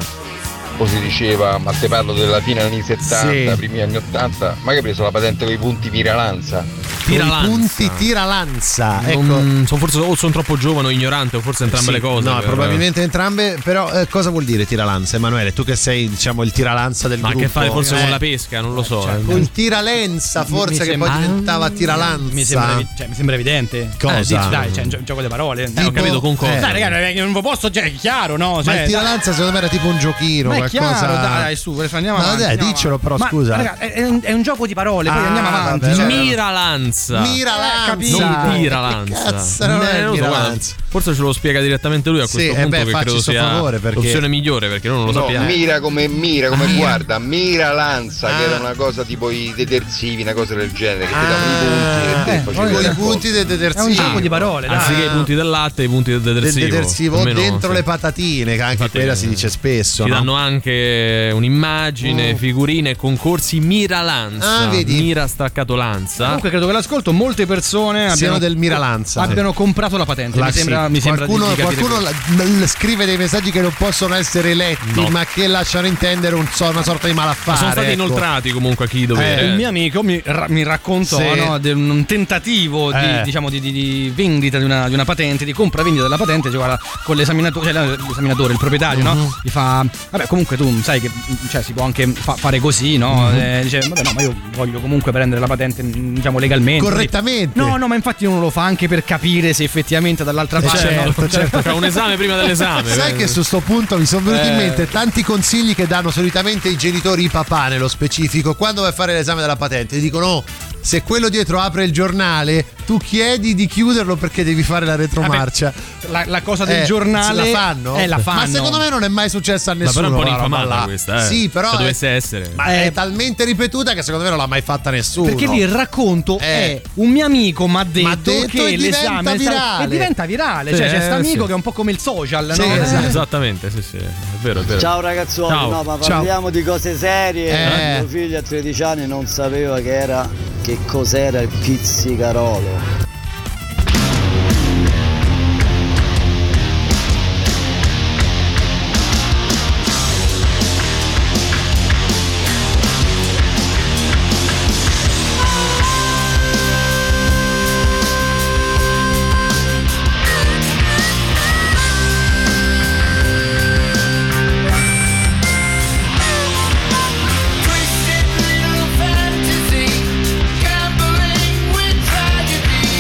O si diceva, ma te parlo della fine anni settanta, Sì. primi anni ottanta, ma che ha preso la patente con i punti Miralanza. Tiralanza. I punti tiralanza. Ecco. Non, sono forse o sono troppo giovane o ignorante, o forse entrambe Sì, le cose. No, per- probabilmente entrambe. Però eh, cosa vuol dire tiralanza, Emanuele? Tu che sei, diciamo, il tiralanza del Ma ha a gruppo. che fare forse Eh, con la pesca, non lo so. cioè, eh. Con il tiralenza, forse, Mi che sembra- poi diventava tiralanza. Mi sembra, evi- cioè, mi sembra evidente. Cosa? Eh, dici, dai, c'è un, gio- un gioco di parole. Eh, ho capito, con cosa? Dai, ragazzi, non vi posso, cioè, è chiaro, no? Ma Cioè, il tiralanza secondo me era tipo un giochino, Ma è qualcosa. chiaro, dai, su, andiamo Ma avanti. dai, andiamo diccelo avanti. però, Ma, scusa. raga, è, è un, è un gioco di parole, poi Ah, andiamo avanti. vabbè, cioè- vabbè. Miralanza. Lanza. Mira Lanza. Non Mira Lanza. Cazzo, non è lo so, Mira guarda, Lanza. forse ce lo spiega direttamente lui a Sì, questo eh punto, beh, che facci credo sto sia favore, perché- l'opzione migliore, perché noi non lo No, sappiamo. mira come mira, come Ah, guarda, mira Lanza, Ah. che era una cosa tipo i detersivi, una cosa del genere, che ti davano i punti e te Eh, facevi poi la i punti del È un detersivo. gioco di parole, dai. Anziché i punti del latte, i punti del Del detersivo. detersivo Almeno, dentro sì. le patatine, che anche Infatti, quella si dice spesso. Ci no? danno anche un'immagine, figurine, concorsi Mira Lanza. Ah, vedi? Mira staccato Lanza. Comunque credo che l'ascolto molte persone Siano abbiano, del Miralanza. abbiano comprato la patente. La- mi sembra, sì. mi sembra di- qualcuno di capire qualcuno questo. la- l- scrive dei messaggi che non possono essere letti, No. ma che lasciano intendere un so- una sorta di malaffare. Ma sono stati ecco. inoltrati comunque a chi dovere. Eh, un mio amico mi, ra- mi raccontò Sì. no, di un tentativo di, Eh. diciamo, di, di- di vendita di una, di una patente, di compravendita della patente, cioè, guarda, con l'esaminatore, cioè, l'esaminatore, il proprietario, no? Mhm. Gli fa, vabbè, comunque tu sai che cioè, si può anche fa- fare così, no? Mhm. Eh, dice, vabbè, no, ma io voglio comunque prendere la patente, diciamo, legalmente. Correttamente. No, no, ma infatti uno lo fa anche per capire se effettivamente dall'altra Eh, parte. certo, no? certo. Fa un esame prima dell'esame. Sai che su sto punto mi sono venuti in Eh. mente tanti consigli che danno solitamente i genitori, i papà nello specifico, quando vai a fare l'esame della patente. Ti dicono: oh, se quello dietro apre il giornale, tu chiedi di chiuderlo perché devi fare la retromarcia. La, la cosa del Eh, giornale la fanno? Eh, la fanno. Ma secondo me non è mai successa a Ma nessuno. però è un po' quella roba un'infamata là. questa, eh. Sì, però Se è- dovesse essere. Ma è talmente ripetuta che secondo me non l'ha mai fatta nessuno. Perché lì il racconto Eh. è un mio amico mi ha detto, M'ha detto che e diventa l'esame è stato- virale. e diventa virale, Sì, cioè c'è eh, sta amico sì. che è un po' come il social, Sì, no? esatto. Eh. Esattamente, sì, sì, è vero, è vero. Ciao ragazzuoli, Ciao. no, ma Ciao. parliamo di cose serie. Eh. Mio figlio a tredici anni non sapeva che era che cos'era il pizzicarolo. Twisted little fantasy, gambling with tragedy.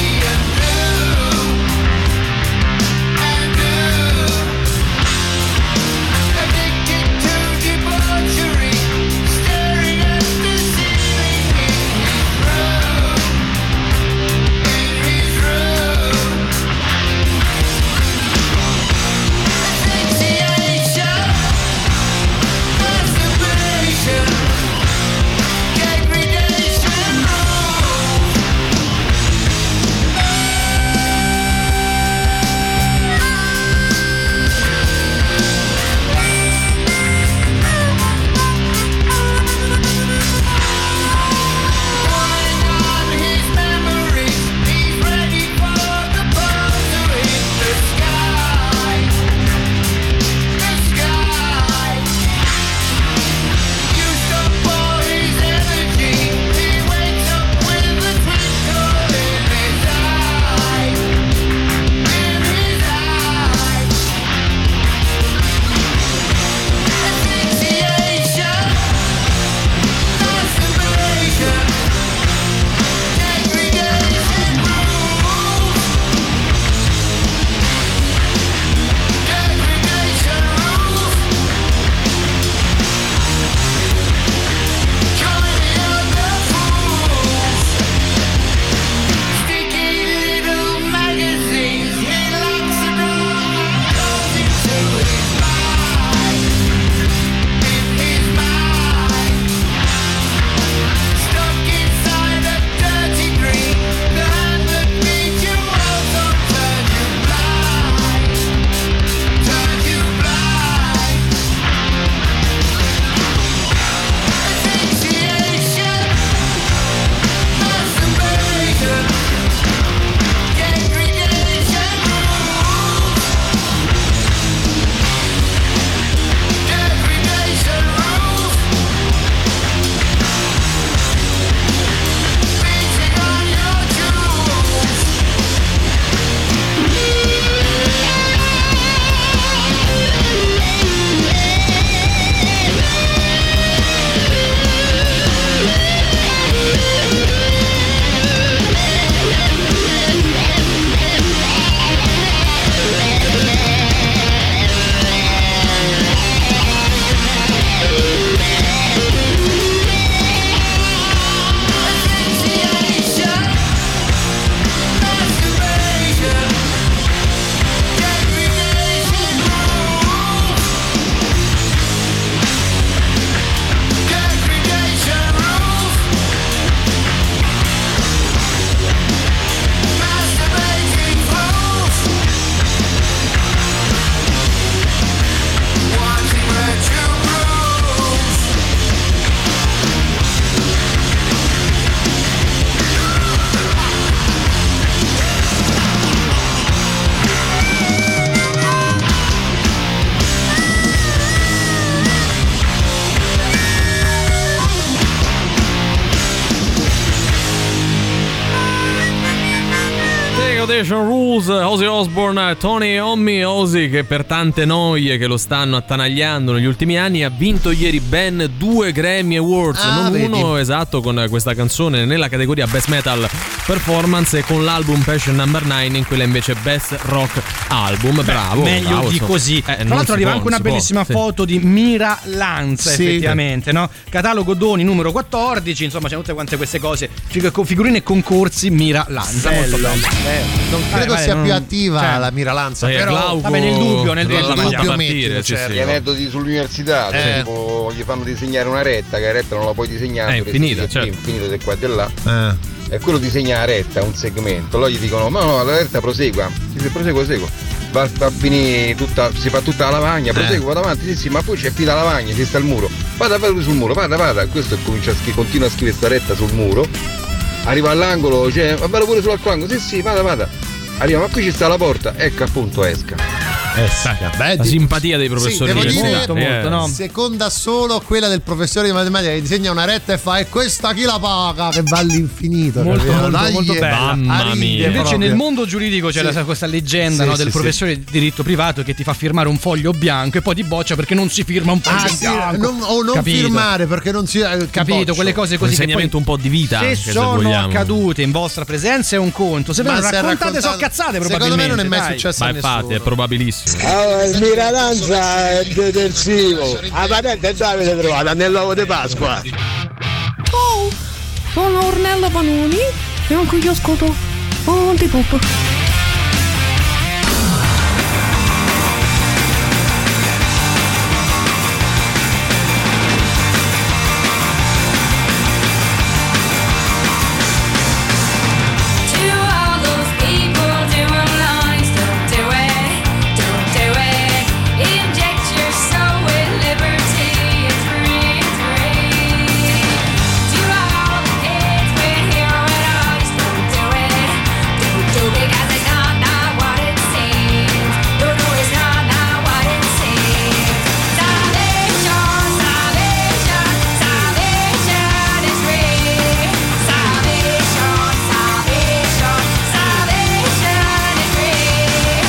Degradation Rules, Ozzy Osbourne, Tony Iommi. Ozzy, che per tante noie che lo stanno attanagliando negli ultimi anni, ha vinto ieri ben due Grammy Awards, Ah, non vedi. uno, esatto, con questa canzone nella categoria Best Metal Performance e con l'album Passion Number nine in quella invece Best Rock Album. Bravo, meglio bravo, di insomma. così. Eh, Tra non l'altro si arriva può, anche una non si può, bellissima sì. foto di Mira Lanza, Sì. effettivamente, no? Catalogo doni numero quattordici, insomma c'è tutte quante queste cose, Fig- figurine e concorsi Mira Lanza, molto Bello. bello. Non Vai, credo vai, sia non- più attiva cioè, la Miralanza, Sai, però Glauco- vabbè, nel dubbio, nel della dubbio, Lamagna dubbio partire, mettilo, sì, certo. sì. Gli aneddoti sull'università, Eh. tipo, gli fanno disegnare una retta, che la retta non la puoi disegnare, Eh, è dovresti finita, dire certo. sì, infinito di qua e di là. Eh. E quello disegna la retta, un segmento, allora gli dicono, ma no, la retta prosegua, sì, se proseguo, proseguo. Va, va a finire tutta, si fa tutta la lavagna, proseguo, vado avanti, sì sì, ma poi c'è finita la lavagna, si sta al muro, vada, vada sul muro, vada, vada, questo comincia a scrivere, continua a scrivere sta retta sul muro, arriva all'angolo, cioè, va bene pure sull'angolo, sì sì, vada, vada, arriva, ma qui ci sta la porta, ecco appunto esca. Beh, La di- simpatia dei professori Sì, devo dire, universitari, molto, eh. molto, no? seconda solo quella del professore di matematica che disegna una retta e fa e questa chi la paga, che va all'infinito, Molto, capito? molto, Dagli molto bella. Mamma a ridere mia. Invece proprio. nel mondo giuridico c'è Sì. la- questa leggenda, Sì, no, del sì, professore di diritto privato che ti fa firmare un foglio bianco e poi ti boccia perché non si firma un foglio Ah, sì, bianco. non- o non Capito? firmare perché non si eh, Capito, boccio. quelle cose Un così che poi, insegnamento un po' di vita, anche, se se sono vogliamo. accadute in vostra presenza è un conto, se Ma vengono se è raccontate sono raccontato- cazzate secondo probabilmente. me non è mai dai. successo Ma a infatti è nessuno. probabilissimo. Allora, il Miralanza è detersivo. La patente dove l'avete trovata? Nell'uovo di Pasqua. Oh, sono Ornella Vanoni e anche io ascolto Antipop. To all those people doing lies, don't do it, don't do it. Inject your soul with liberty and free, free. To all the kids with heroin eyes, don't do it, don't do because it's not not what it seems. No, no, it's not not what it seems. Salvation, salvation, salvation is free. Salvation, salvation, salvation is free.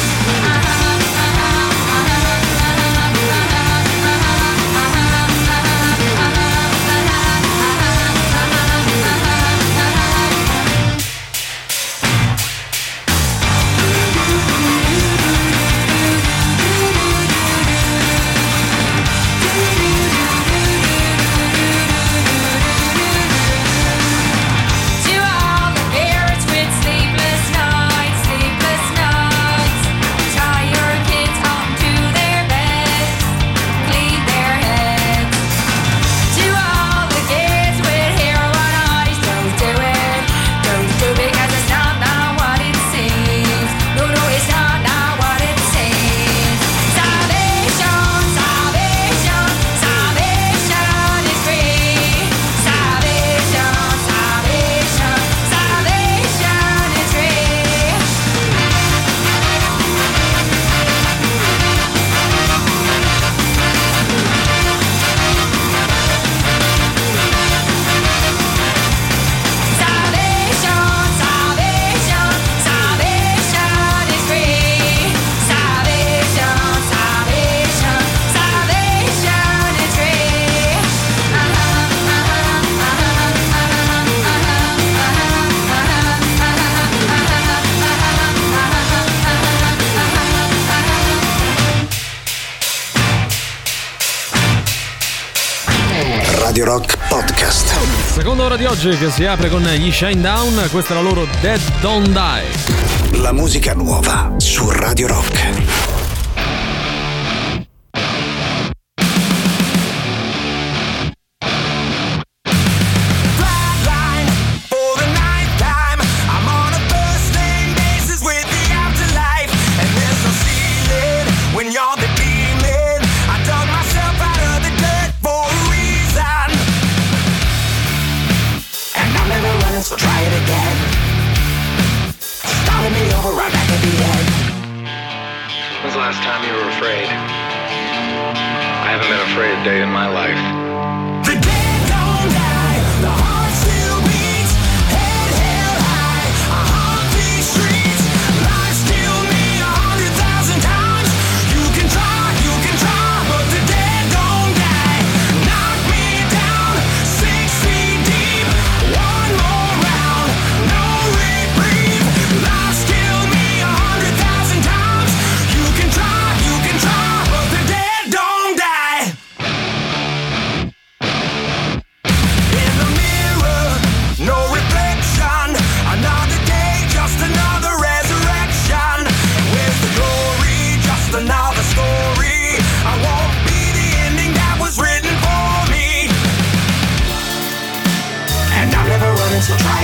To all the parents with sleepless nights, sleepless nights, tie your kids home to their beds, clean their heads. To all the kids with heroin eyes, don't do it, don't do because it's not not what it seems. No, no, it's not not what it seems. Salvation, salvation, salvation is free. Salvation, salvation, salvation is free. Salvation, salvation, salvation is free. Salvation, salvation, salvation is free. Radio Rock Podcast. Seconda ora di oggi che si apre con gli Shinedown, questa è la loro Dead Don't Die. La musica nuova su Radio Rock. Flatline for the ninth time. I'm on a first name basis with the afterlife, and there's no ceiling when you're the demon. I dug myself out of the dirt for a reason, and I'm never running, so try it again. Starting me over right back at the end. When's the last time you were afraid? I haven't been afraid a day in my life. The dead don't die, the heart still beats, head held high. I haunt these streets,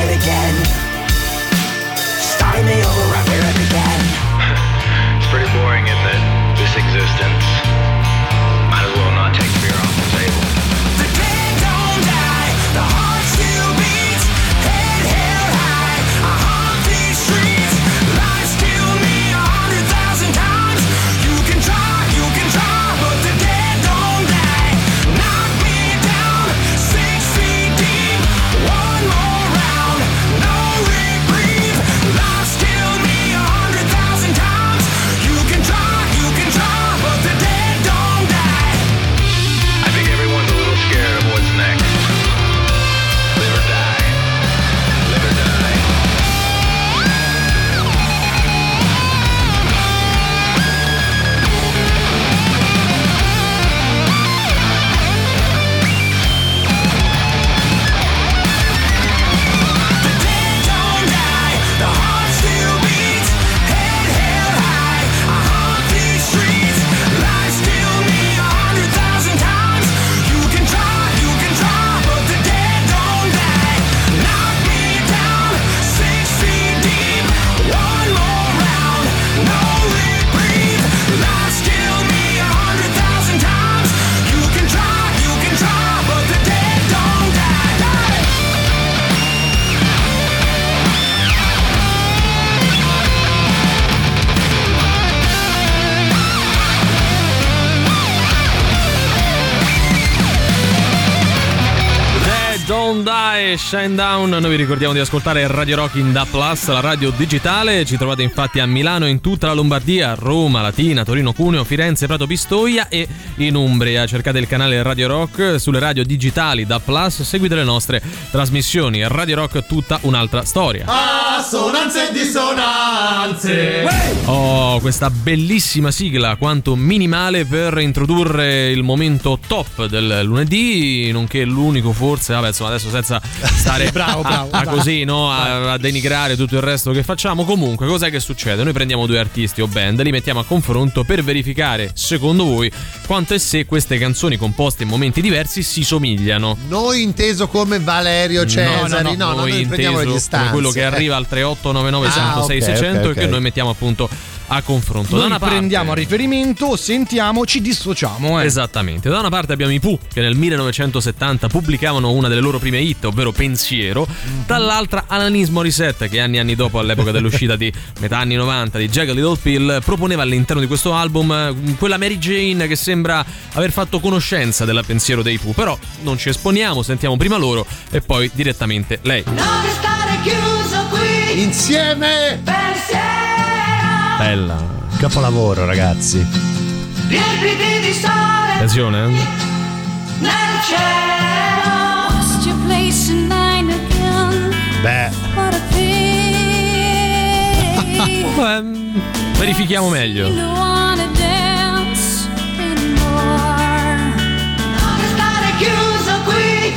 it again. Start me over, I feel it again. It's pretty boring, isn't it? This existence. Might as well not take beer off the table. The dead don't die, the heart still beats. Head held high, I haunt these streets. Lies kill me a hundred thousand times. You can try, you can try, but the dead don't die. Knock me down, six feet deep. One more round, no reprieve. Lies kill me a hundred thousand times. You can try, you can try, but the dead don't die. I think everyone's a little scared of what's next. Live or die. Live or die. The dead don't die, the heart still beats. Head held high, I haunt these streets. Lies kill me a hundred thousand times. You can try, you can try, but the dead don't die. Knock me down, six feet deep. One more round, no reprieve. Lies kill me a hundred thousand times. You can try, you can try, but the dead don't die. Dead Don't Die, Shine Down. Noi vi ricordiamo di ascoltare Radio Rock in D A B plus, la radio digitale. Ci trovate infatti a Milano, in tutta la Lombardia, Roma, Latina, Torino, Cuneo, Firenze, Prato, Pistoia e in Umbria. Cercate il canale Radio Rock sulle radio digitali D A B plus, seguite le nostre trasmissioni. Radio Rock, tutta un'altra storia. Assonanze e dissonanze. Oh, questa bellissima sigla, quanto minimale per introdurre il momento top del lunedì, nonché l'unico forse, vabbè, insomma, adesso senza stare Bravo, a, bravo, a bravo. così, no, a, a denigrare tutto il resto che facciamo. Comunque, cos'è che succede? Noi prendiamo due artisti o band, li mettiamo a confronto per verificare, secondo voi, quanto e se queste canzoni composte in momenti diversi si somigliano. Noi inteso come Valerio Cesari, no, no, noi noi prendiamo inteso le distanze. come quello che arriva al tre otto nove nove zero sei Ah, ok, sei zero zero ok, ok. e che noi mettiamo appunto a confronto. Noi da una parte, prendiamo a riferimento, sentiamo, ci dissociamo. Eh. Esattamente. Da una parte abbiamo i Pooh, che nel millenovecentosettanta pubblicavano una delle loro prime hit, ovvero Pensiero. Dall'altra Alanis Morissette, che anni e anni dopo, all'epoca dell'uscita di metà anni novanta di Jagged Little Pill, proponeva all'interno di questo album eh, quella Mary Jane che sembra aver fatto conoscenza del pensiero dei Pooh. Però non ci esponiamo, sentiamo prima loro e poi direttamente lei. Non restare chiuso qui Insieme. Pensiero. Bella. Capolavoro, ragazzi. Riempiti di sole Attenzione, eh. nel cielo. Lost your place in line again. Beh, What a pity. Ehm, verifichiamo meglio. You wanna dance anymore. Non restare chiuso qui.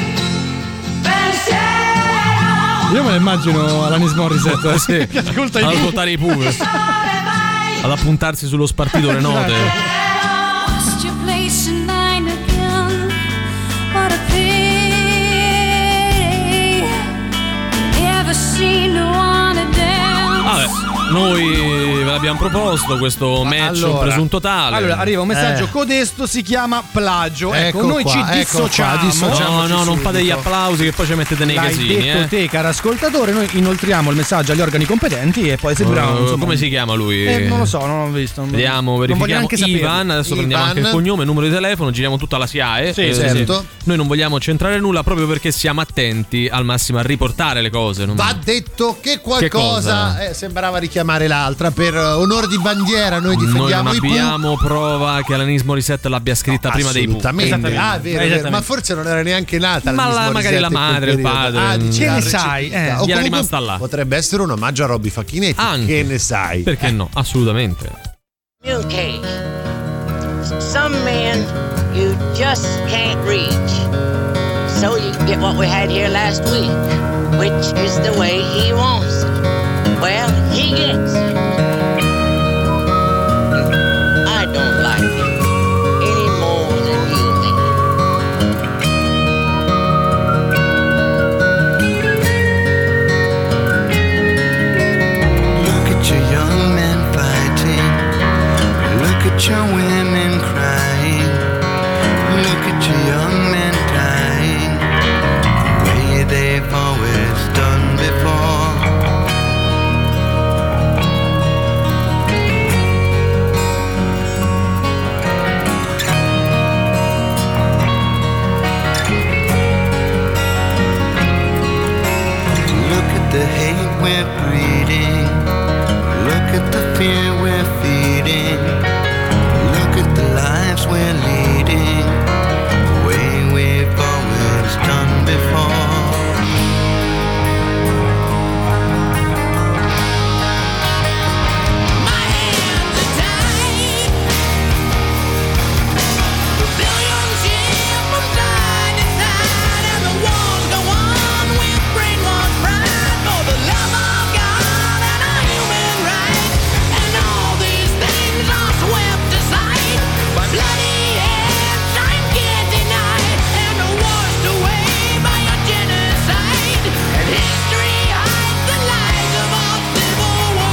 Pensiero. Io me lo immagino Alanis Morissette. Sì. Che ascolta i Ad Pooh. ascoltare i Pooh, ad appuntarsi sullo spartito le note. Lost your place in line again. What a pity. Ever seen no one dance? Vabbè, noi ve l'abbiamo proposto questo match Allora, un presunto tale. Allora arriva un messaggio, Eh. codesto si chiama plagio. Ecco, Ecco noi qua, ci ecco dissociamo. qua, dissociamo. No, no, non subito. fate gli applausi che poi ci mettete nei L'hai casini, detto eh. te, caro ascoltatore, noi inoltriamo il messaggio agli organi competenti e poi seguiranno. Uh, insomma, come si chiama lui? Eh, non lo so, non l'ho visto. non- Vediamo, non voglio verifichiamo neanche saperlo. Ivan, adesso prendiamo Ivan. anche il cognome, il numero di telefono, giriamo tutta la S I A E. Sì, Eh, sì, certo. Noi non vogliamo centrare nulla proprio perché siamo attenti al massimo a riportare le cose. Non... va detto che qualcosa cosa? eh, sembrava richiamare l'altra. Per eh, onore di bandiera, noi Noi non difendiamo i Pooh. abbiamo prova che Alanis Morissette l'abbia scritta prima dei Pooh. Assolutamente. Esattamente. Ah, vero, vero. Esattamente. Ma forse non era neanche nata Ma Alanis la- magari la Morissette in quel madre, il periodo. padre. Ah, dici, Che l'ha ne recepita. sai, eh. O Gli era comunque rimasta là. Potrebbe essere un omaggio a Robby Facchinetti. Anche. Che ne sai? Perché no? Assolutamente. Milk cake. Some men you just can't reach. So you get what we had here last week, which is the way he wants it. Well, he gets it. I don't like it any more than you do. watch young men dying the way they've always done before. Look at the hate we're breeding. Look at the fear we're feeding. Look at the lives we're leading, the way we've always done before. My hands are tied. The billions shift from side to side, and the wars go on with brainwashed pride for the love of God and our human rights. And all these things are swept aside by bloody hands time can't deny, and washed away by a genocide. And history hides the lies of our civil war.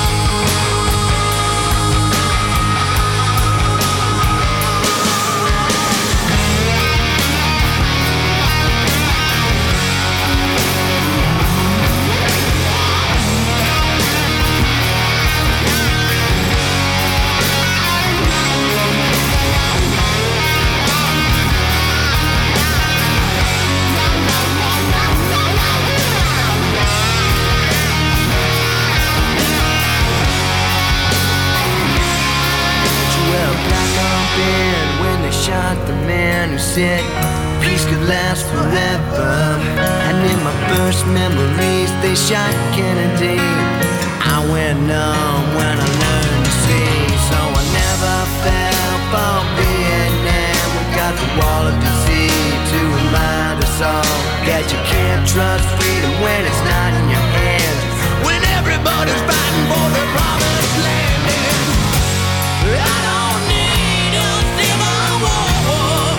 Well, black on bed when they shot the man who said peace could last forever. And in my first memories they shot Kennedy. I went numb when I learned to see, so I never fell for Vietnam. We got the wall of disease to remind us all that you can't trust freedom when it's not in your hands, when everybody's fighting for the promised land. I don't need a civil war.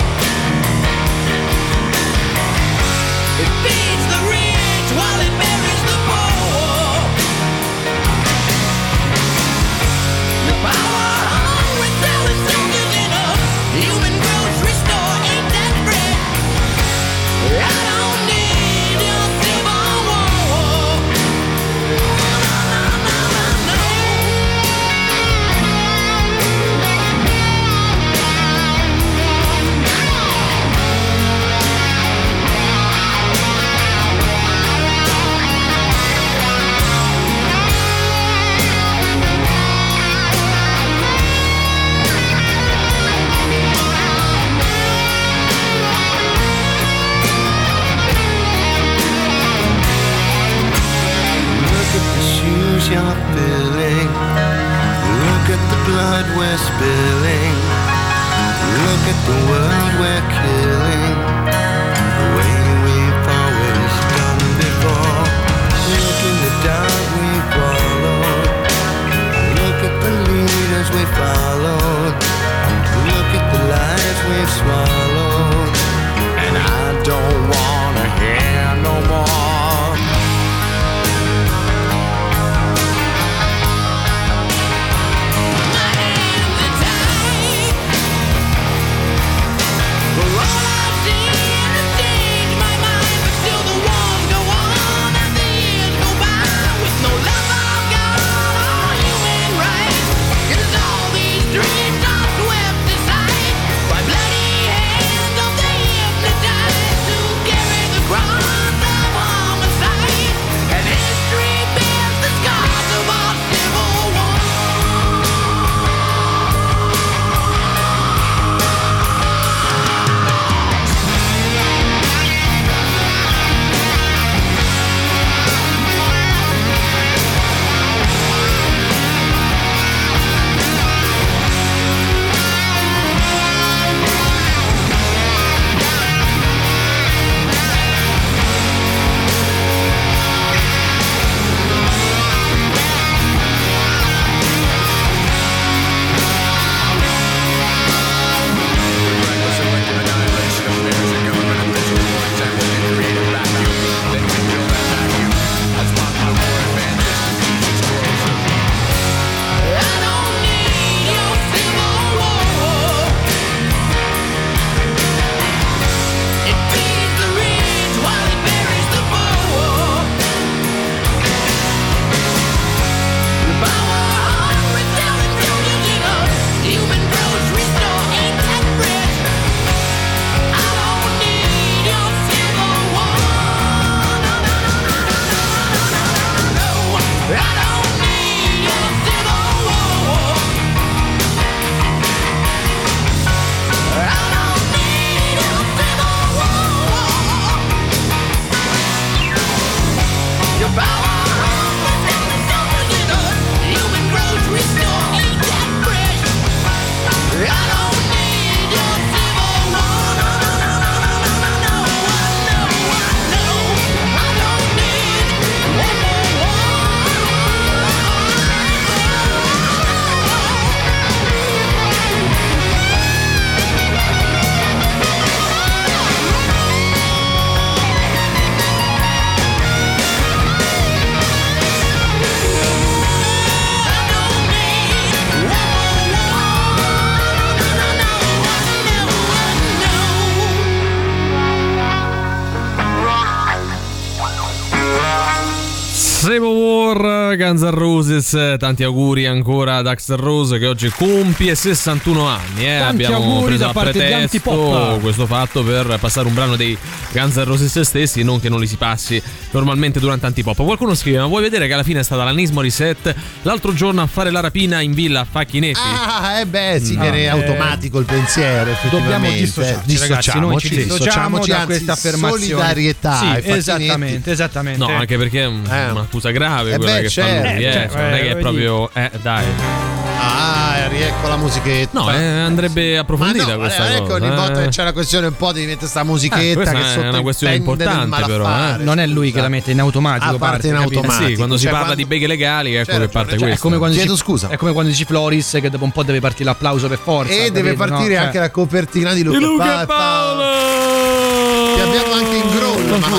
It feeds the rich while it buries the poor. The power hungry selling soldiers in a human grocery store, ain't that bread? I don't need a civil war. No, no, no, no, no. Look at the shoes you're filling. Look at the blood we're spilling. Look at the world we're killing, the way we've always done before. Look in the dark we followed. Look at the leaders we followed. Look at the lies we've swallowed. And I don't wanna hear no more. My hands are tied. Shape of War, Guns N' Roses, tanti auguri ancora ad Axl Rose che oggi compie sessantuno anni. Eh. Abbiamo preso a pretesto questo fatto per passare un brano dei Guns N' Roses stessi, non che non li si passi normalmente durante Antipop. Qualcuno scrive: ma vuoi vedere che alla fine è stata la Alanis Morissette l'altro giorno a fare la rapina in villa a Facchinetti? Ah, eh beh, sì, No, viene eh. automatico il pensiero, Dobbiamo effettivamente. dissociarci, ragazzi, noi ci dissociamo da anzi, questa affermazione. solidarietà Sì, ai Facchinetti. esattamente, esattamente. No, anche perché è un- un'accusa grave Eh quella beh, che certo. fa lui, eh, Eh, cioè, cioè, non è che è eh, proprio eh dai. Ah, riecco la musichetta. No, eh, andrebbe approfondita Ma no, questa eh, ecco, cosa. ogni volta eh. che c'è una questione un po' devi mettere sta musichetta Eh, questa che è una questione sottintende del importante, però, malaffare. eh. Non è lui che la mette in automatico. A parte in capito? automatico. Eh sì, quando si Cioè, parla quando- di beghe legali, ecco C'è che parte ragione, questo. È come quando Chiedo dici, scusa. È come quando dici Floris, che dopo un po' deve partire l'applauso per forza. E deve capito? partire No, cioè- anche la copertina di Luca, Di Luca Pa- e Paolo! Che abbiamo anche in grollo, ma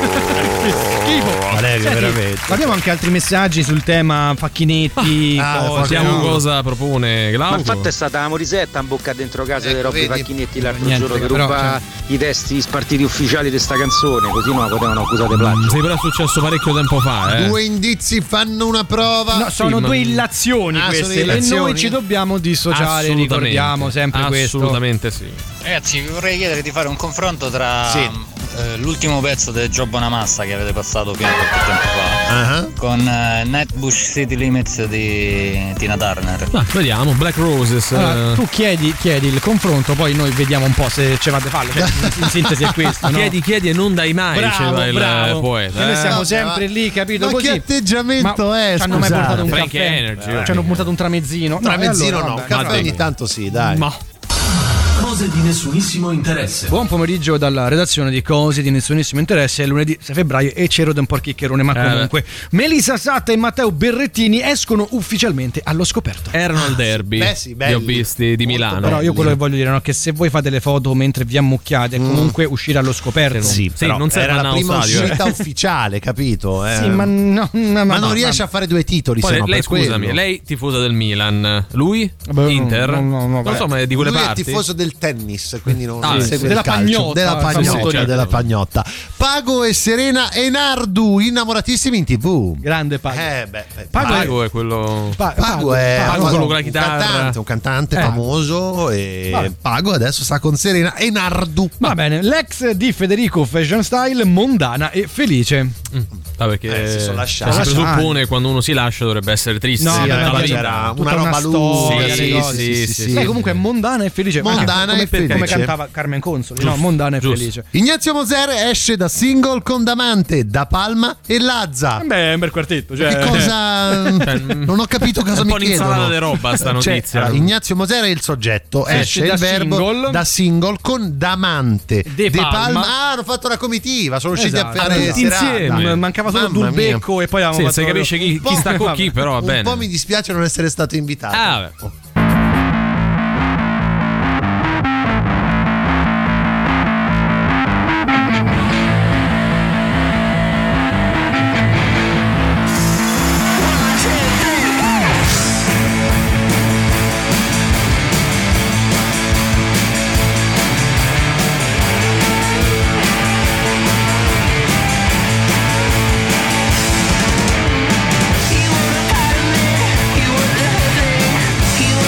schifo. Valerio, Senti, veramente. abbiamo anche altri messaggi sul tema Facchinetti. Ah, cose, Sappiamo no? cosa propone Ma Glauco. infatti è stata la Morisetta a bocca dentro casa Ecco, dei Robby vedi? Facchinetti l'altro Niente, giorno che però, ruba i testi spartiti ufficiali di sta canzone, così non la potevano accusare plagio. Sì, però è successo parecchio tempo fa, eh. Due indizi fanno una prova. No, sono ma- due illazioni Ah, queste sono illazioni? e noi ci dobbiamo dissociare, Assolutamente. ricordiamo sempre questo. Assolutamente sì. Ragazzi, vi vorrei chiedere di fare un confronto tra Sì. eh, l'ultimo pezzo del Joe Bonamassa che avete passato fino a qualche tempo fa Ah, con eh, Nightbush City Limits di Tina Turner. Ma vediamo, Black Roses. Allora, eh. tu chiedi, chiedi il confronto, poi noi vediamo un po' se ce fate falle. Cioè, in sintesi è questo, no? Chiedi, chiedi e non dai mai, Bravo, diceva il bravo. poeta. E noi eh. siamo Vabbè, sempre ma- lì, capito? ma così. che atteggiamento Ma è, ci hanno mai scusate? portato un Frank caffè? Energy, Eh, eh. ci hanno portato un tramezzino? No, Tramezzino e allora, no, vabbè, caffè allora. ogni tanto sì, dai. Ma Cose di nessunissimo interesse. Buon pomeriggio dalla redazione di Cose di nessunissimo interesse. È lunedì sei febbraio e c'ero da un po' chiccherone, ma Eh, comunque Melissa Satta e Matteo Berrettini escono ufficialmente allo scoperto. erano al derby. Beh, sì, Li belli. ho visti di Milano. Però io quello che voglio dire è che se voi fate le foto mentre vi ammucchiate, comunque uscire allo scoperto. Sì, Sì, però non serve era la andare prima allo stadio, uscita eh. ufficiale, capito? Eh. Sì, ma, no, ma, Ma no, non riesce ma- a fare due titoli, Poi se no, lei, per scusami, quello. lei tifosa del Milan, lui? Beh, Inter? no, no, no, non beh. so, ma è di quelle Lui parti. è tifoso del tennis, quindi non Ah, non sì, segue della il calcio. pagnotta, della famoso, pagnotta, certo. della pagnotta. Pago e Serena e Nardu innamoratissimi in tv. Grande Pago. Eh beh, beh, Pago Pago è quello. Pa- Pago è Pago, quello con la chitarra. un cantante, un cantante Eh. famoso e Vabbè. Pago adesso sta con Serena e Nardu. Va bene, l'ex di Federico Fashion Style, mondana e felice. Ah, perché Eh, si sono lasciati. si Lasciati. presuppone che quando uno si lascia dovrebbe essere triste. No, Sì, vabbè, era- vabbè, c'era tutta una roba lunga, storia, sì, le cose. sì, sì, sì, sì. Lei comunque è mondana e felice. ma Mondana come, e come felice. cantava Carmen Consoli, no? Mondana e Giusto. felice. Ignazio Moser esce da single con Damante, Da Palma e Lazza. Beh, è un bel quartetto. Cioè... Che cosa? non ho capito cosa un mi po' un'insalata chiedono. di roba sta Cioè, notizia. allora, Ignazio Moser è il soggetto, Esce esce da il verbo single. da single con Damante. De Palma. Ah, hanno fatto la comitiva, sono riusciti Esatto. a fare Tutti serata. insieme. Mancava solo Mamma mia. Dulbecco e poi avevamo Sì, fatto se capisce chi, Un po'- chi sta con chi, però va Un bene. po' mi dispiace non essere stato invitato. Ah, vabbè. You were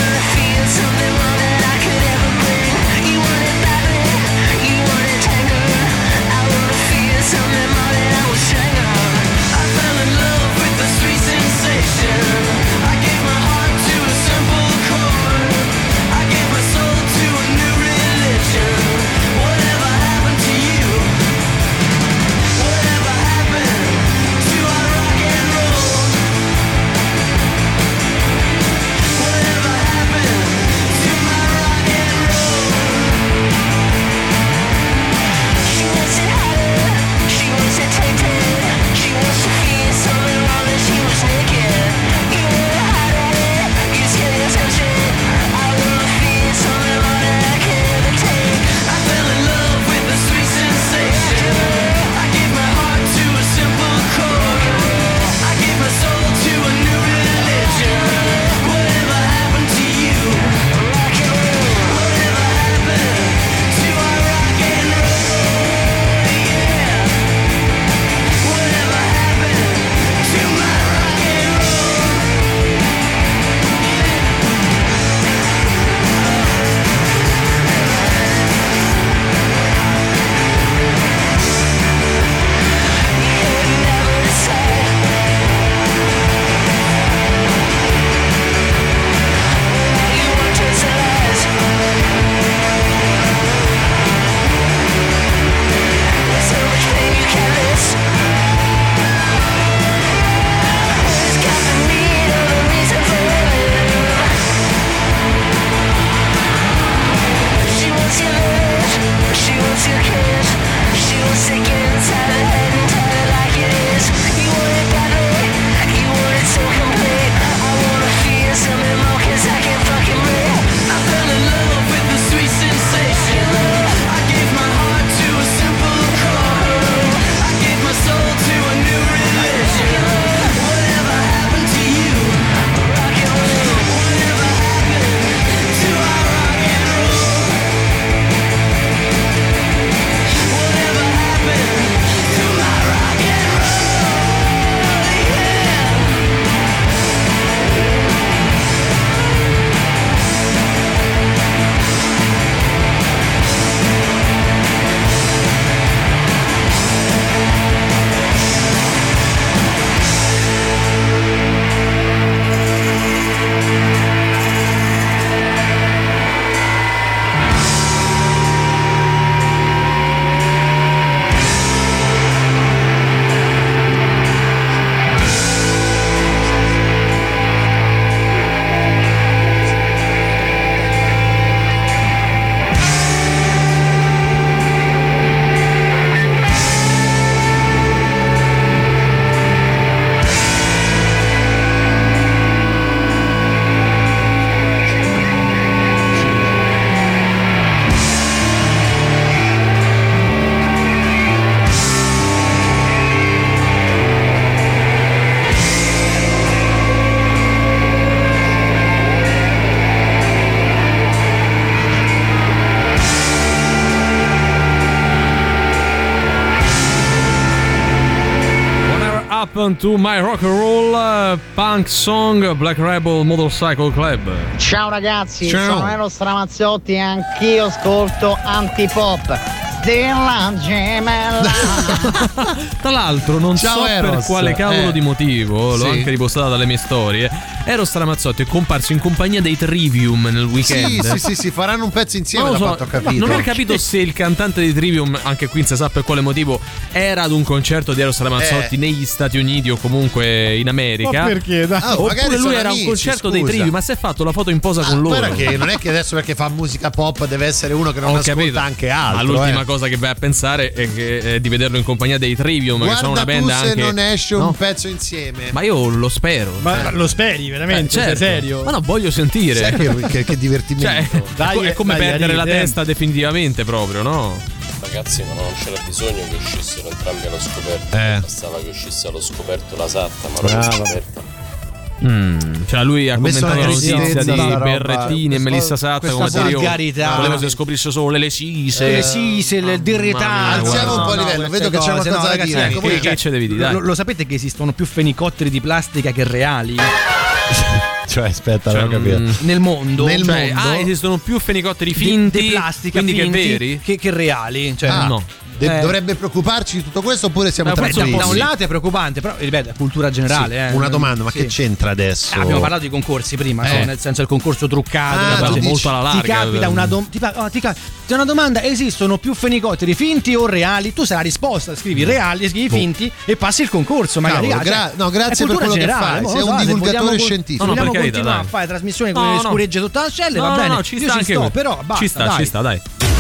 Happened to My Rock and Roll uh, Punk Song Black Rebel Motorcycle Club. Ciao ragazzi, Ciao. sono Eros Ramazzotti e anch'io ascolto Antipop. Stella gemella. Tra l'altro non Ciao, so Eros. per quale cavolo Eh. di motivo, l'ho Sì. anche ripostata dalle mie storie. Eros Ramazzotti è comparso in compagnia dei Trivium nel weekend. Sì, sì, sì, sì, faranno un pezzo insieme, Non da lo so, quanto ho capito. non ho capito se il cantante di Trivium, anche qui non si sa per quale motivo, era ad un concerto di Eros Ramazzotti Eh. negli Stati Uniti o comunque in America. Ma perché? Dai. Ah, magari Oppure lui sono era a un amici, concerto dei scusa. Trivium, ma si è fatto la foto in posa Ah, con loro. guarda che non è che adesso perché fa musica pop deve essere uno che non Ho ascolta capito. anche altro. Ma l'ultima eh. cosa che vai a pensare è, che, è di vederlo in compagnia dei Trivium, che sono Guarda una band tu se anche. non esce No. un pezzo insieme. Ma io lo spero. Ma cioè. lo speri veramente? Eh, certo. Sei serio? Ma no, voglio sentire. Sai che, che, che divertimento. Cioè, Dai, è come dai, perdere la ride. testa definitivamente proprio, no? Ragazzi, ma non c'era bisogno che uscissero entrambi allo scoperto. Eh. Bastava che uscisse allo scoperto la Satta, ma non Brava. allo scoperto. Mm, cioè lui ha Ha messo commentato la una notizia tristezza di sta roba. Berrettini e Questo- Melissa Satta questa come teoria. volgarità. Volevo se scoprisse solo le sise. Le sise, il dirretà. Alziamo un po' il livello, vedo che c'è qualcosa da dire. Ecco, che, che ce devi dire? Lo, Dai. lo sapete che esistono più fenicotteri di plastica che reali Cioè, aspetta, Cioè, non ho capito. mm, nel mondo? Nel Cioè, mondo? ah, esistono più fenicotteri Di- finti, di plastica, quindi finti, che veri? che, che reali. Cioè, Ah, no. de- Eh. Dovrebbe preoccuparci di tutto questo oppure siamo Ma forse da, tranquilli? da un lato è preoccupante, però ripeto, è cultura generale. Sì, eh. una domanda, ma Sì. che c'entra adesso? Eh, abbiamo parlato di concorsi prima, Eh. no? Nel senso il concorso truccato, Ah, la tu cosa- dici- molto alla larga. ti capita una domanda, ti, pa- oh, ti ca- c'è una domanda, esistono più fenicotteri finti o reali? Tu sai la risposta, scrivi reali, scrivi Boh. finti e passi il concorso, magari. Cavolo, ah, cioè, gra- no, grazie è per cultura quello che generale, fai, mo, sei lo un so, se divulgatore vogliamo con- scientifico. Se No, no, vogliamo per carità, continuare dai. a fare trasmissioni con No, le no. scuregge sotto l'ascelle, No, va no, bene. no, ci Io sta ci anche sto, quello. però basta, Ci sta, dai. ci sta, dai.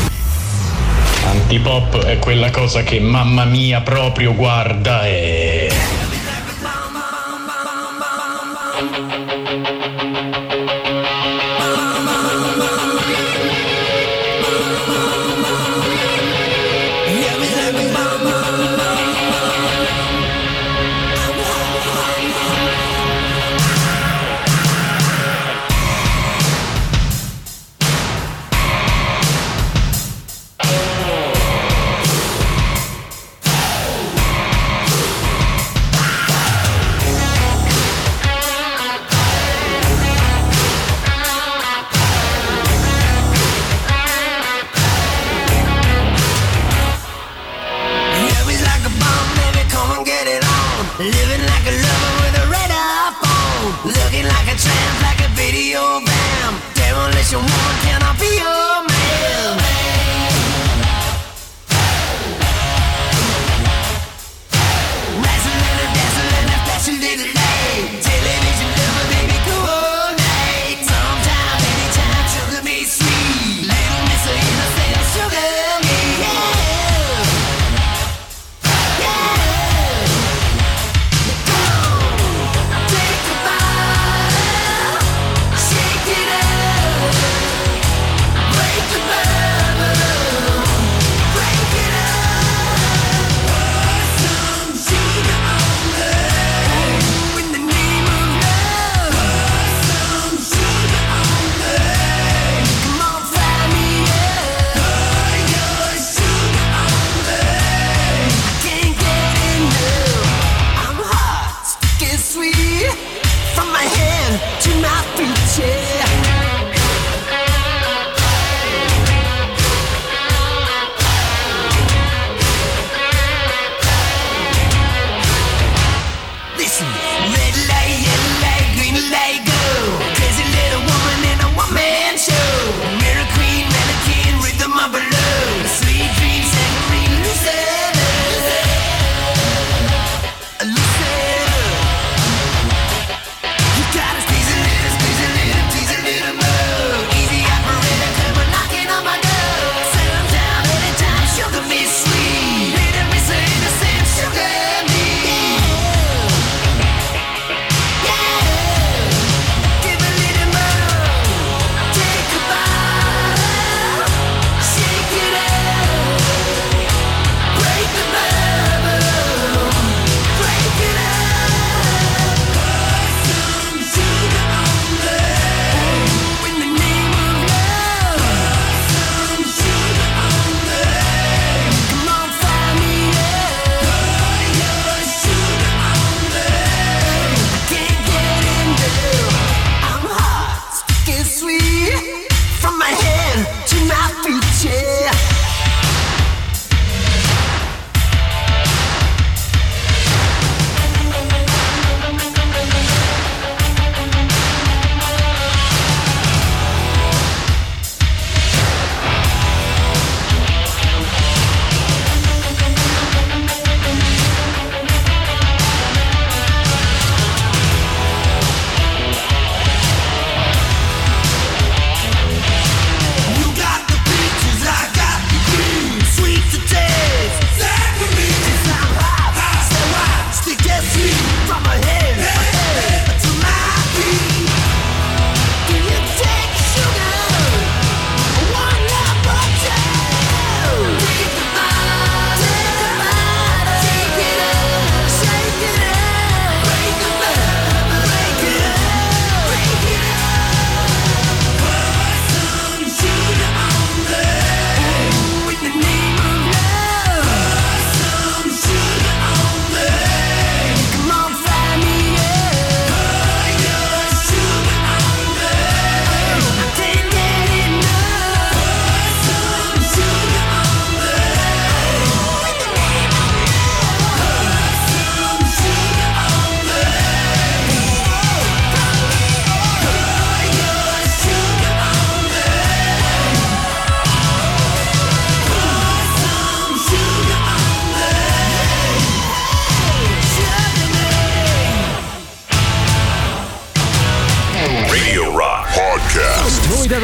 Antipop è quella cosa che mamma mia proprio guarda e...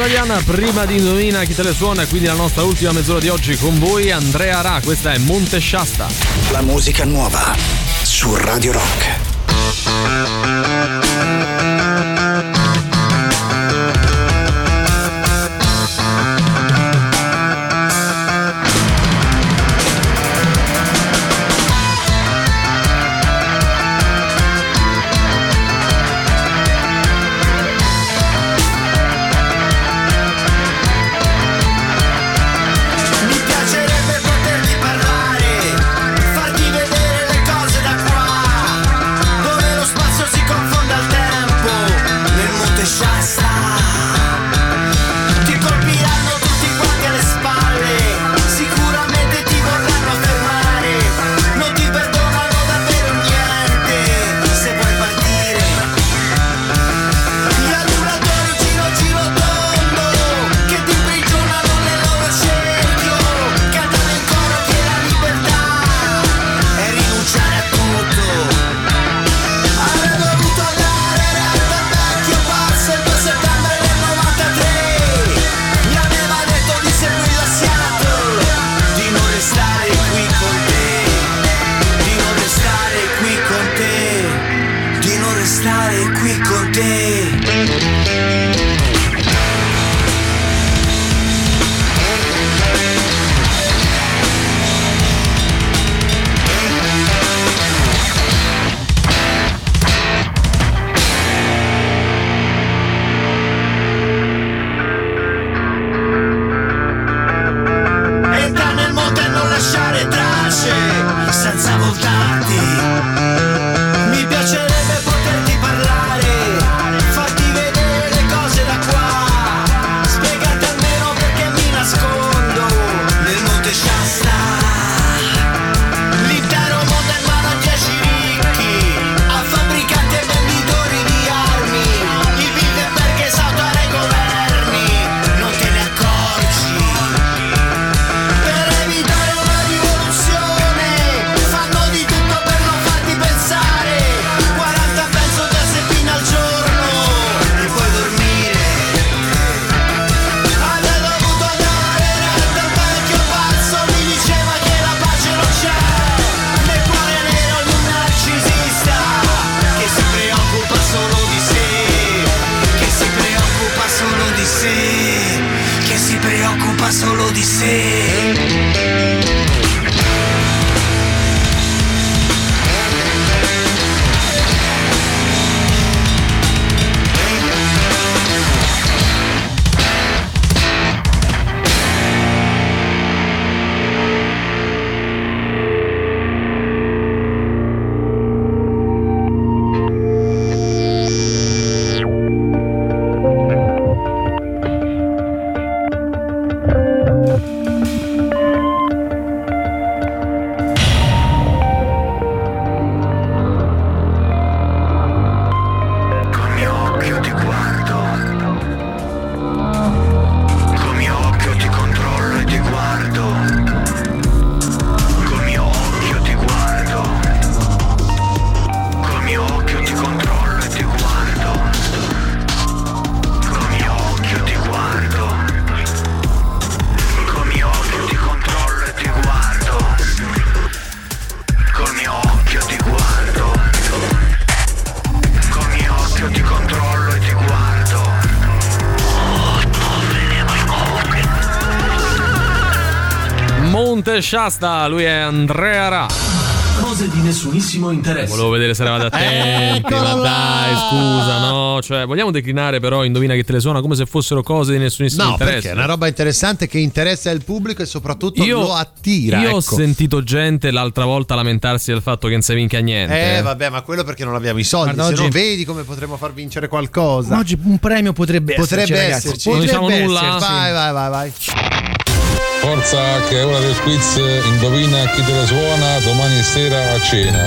italiana. Prima di Indovina chi te le suona, quindi la nostra ultima mezz'ora di oggi con voi, Andrea Ra, questa è Monte Shasta. La musica nuova su Radio Rock. Shasta, lui è Andrea Ra. Cose di nessunissimo interesse. Volevo vedere se eravate attenti, ma dai, scusa, no? Cioè, vogliamo declinare però Indovina che te le suona come se fossero cose di nessunissimo no, interesse. No, perché è una roba interessante che interessa il pubblico e soprattutto io, lo attira. Io ecco. ho sentito gente l'altra volta lamentarsi del fatto che non si vinca niente. Eh, vabbè, ma quello perché non abbiamo i soldi. Guarda, se oggi... no, vedi come potremmo far vincere qualcosa. Oggi un premio potrebbe, potrebbe esserci, esserci. Non diciamo potrebbe nulla. Esserci. Vai, vai, vai, vai. Forza che è ora del quiz, indovina chi te la suona domani sera a cena.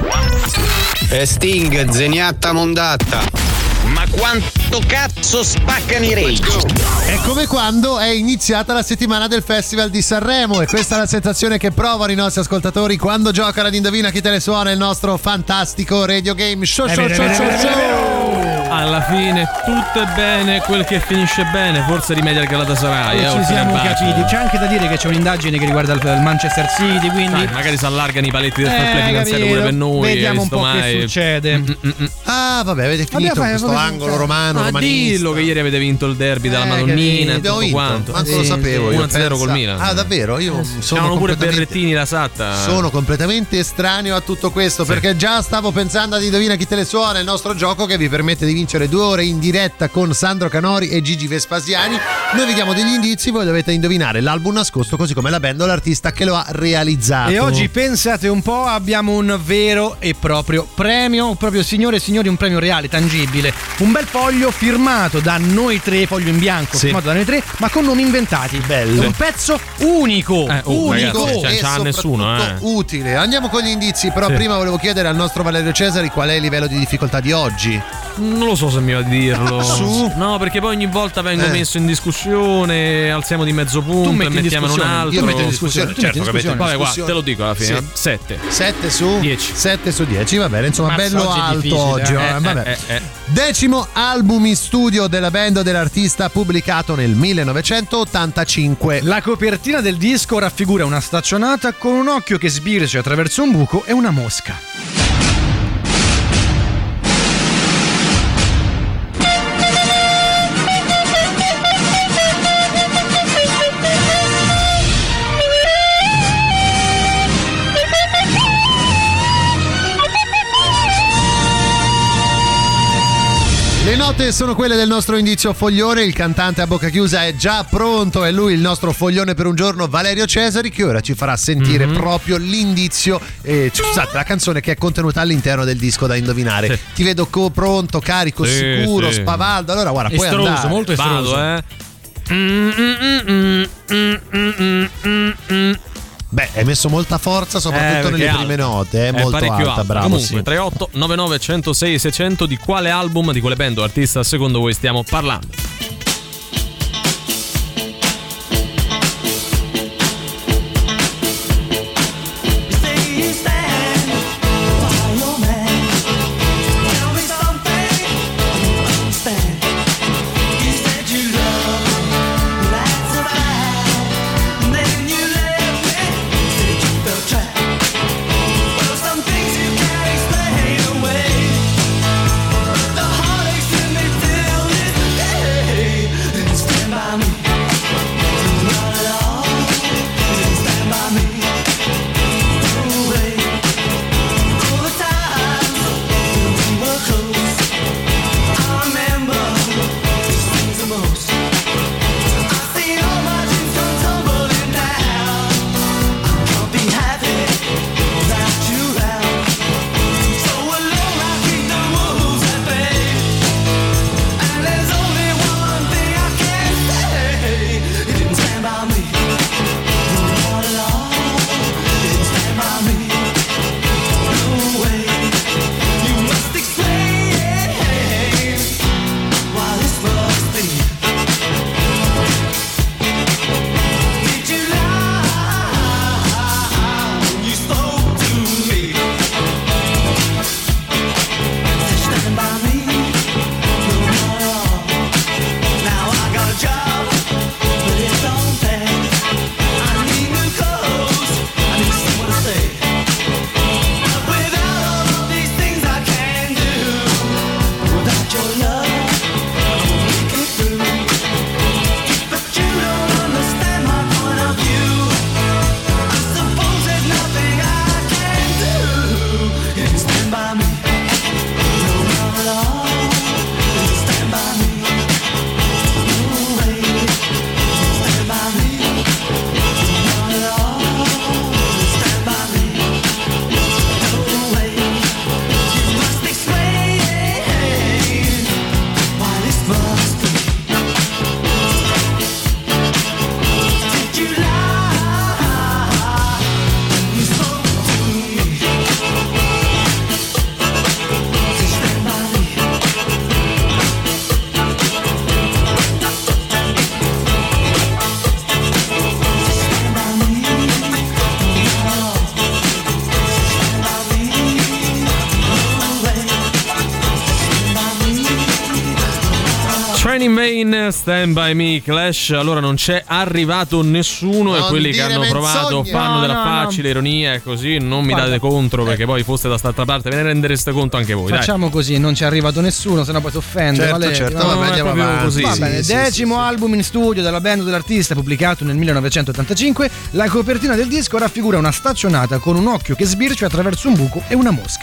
E Sting, zeniatta mondatta. Ma quanto cazzo spaccano i rage? È come quando è iniziata la settimana del Festival di Sanremo e questa è la sensazione che provano i nostri ascoltatori quando giocano ad Indovina chi te le suona, il nostro fantastico radio game show show show show show. alla fine tutto è bene quel che finisce bene, forse rimedia al Galatasaray. Eh, ci siamo capiti. C'è anche da dire che c'è un'indagine che riguarda il Manchester City, quindi Dai, magari si allargano i paletti del Eh, fair play finanziario capito. pure per noi. Vediamo un sto po' mai- che succede. Mm, mm, mm. Ah, vabbè, avete finito Vabbè, questo vabbè, angolo vabbè. romano, Ah, romanista. dillo che ieri avete vinto il derby della Eh, Madonnina e abbiamo tutto vinto, quanto. manco lo sapevo io, uno a zero pensa- col Milan. Ah, davvero? Io sono C'erano pure completamente- Berrettini la Satta. Sono completamente estraneo a tutto questo, perché già stavo pensando ad Indovina chi te le suona, il nostro gioco che vi permette di vincere due ore in diretta con Sandro Canori e Gigi Vespasiani. Noi vi diamo degli indizi, voi dovete indovinare l'album nascosto, così come la band o l'artista che lo ha realizzato. E oggi pensate un po', abbiamo un vero e proprio premio, proprio signore e signori, un premio reale, tangibile. Un bel foglio firmato da noi tre, foglio in bianco, Sì. firmato da noi tre, ma con nomi inventati. Bello. È un pezzo unico. Eh, oh, unico ragazzi, cioè, e c'ha nessuno, eh. soprattutto utile. Andiamo con gli indizi, però Sì. prima volevo chiedere al nostro Valerio Cesari qual è il livello di difficoltà di oggi. Non lo so se mi va di dirlo. Su. No, perché poi ogni volta vengo Eh. messo in discussione, alziamo di mezzo punto metti e in mettiamo in un discussione, altro. Io metto in discussione, Tu metti in certo che metto in Vabbè, guarda, discussione. te lo dico alla fine. Sì. sette. sette su dieci. sette su dieci, va bene, insomma, Mazza, bello oggi è alto difficile, oggi. eh. eh, vabbè. Eh, eh, eh. Decimo album in studio della band o dell'artista, pubblicato nel millenovecentottantacinque. La copertina del disco raffigura una staccionata con un occhio che sbircia attraverso un buco e una mosca. Le note sono quelle del nostro indizio foglione, il cantante a bocca chiusa è già pronto, è lui il nostro foglione per un giorno, Valerio Cesari, che ora ci farà sentire Mhm. proprio l'indizio, eh, scusate, la canzone che è contenuta all'interno del disco da indovinare. Sì. Ti vedo co- pronto, carico, Sì, sicuro, sì. spavaldo, allora guarda, puoi Estroso, andare. molto estroso. Vado, eh. Mm, mm, mm, mm, mm, mm, mm, mm. Beh, hai messo molta forza soprattutto Eh, nelle perché è prime alto. note, è È molto parecchio alta, alto. bravo. Comunque, sì. tre otto nove nove uno zero sei seicento, di quale album, di quale band o artista secondo voi stiamo parlando? The heartaches in me feel this. Mine in Vain, Stand By Me, Clash. Allora non c'è arrivato nessuno Non e quelli che dire hanno provato menzogne. fanno No, della no, facile no. ironia e così non mi Guarda, date contro perché poi foste da quest'altra parte ve ne rendereste conto anche voi. Facciamo così, non c'è arrivato nessuno, sennò poi si offende. Certo, Valerio. certo, No, vabbè, non è andiamo proprio avanti. così. Va Sì, bene, sì, decimo sì, sì. album in studio della band dell'artista, pubblicato nel millenovecentottantacinque. La copertina del disco raffigura una staccionata con un occhio che sbircia attraverso un buco e una mosca.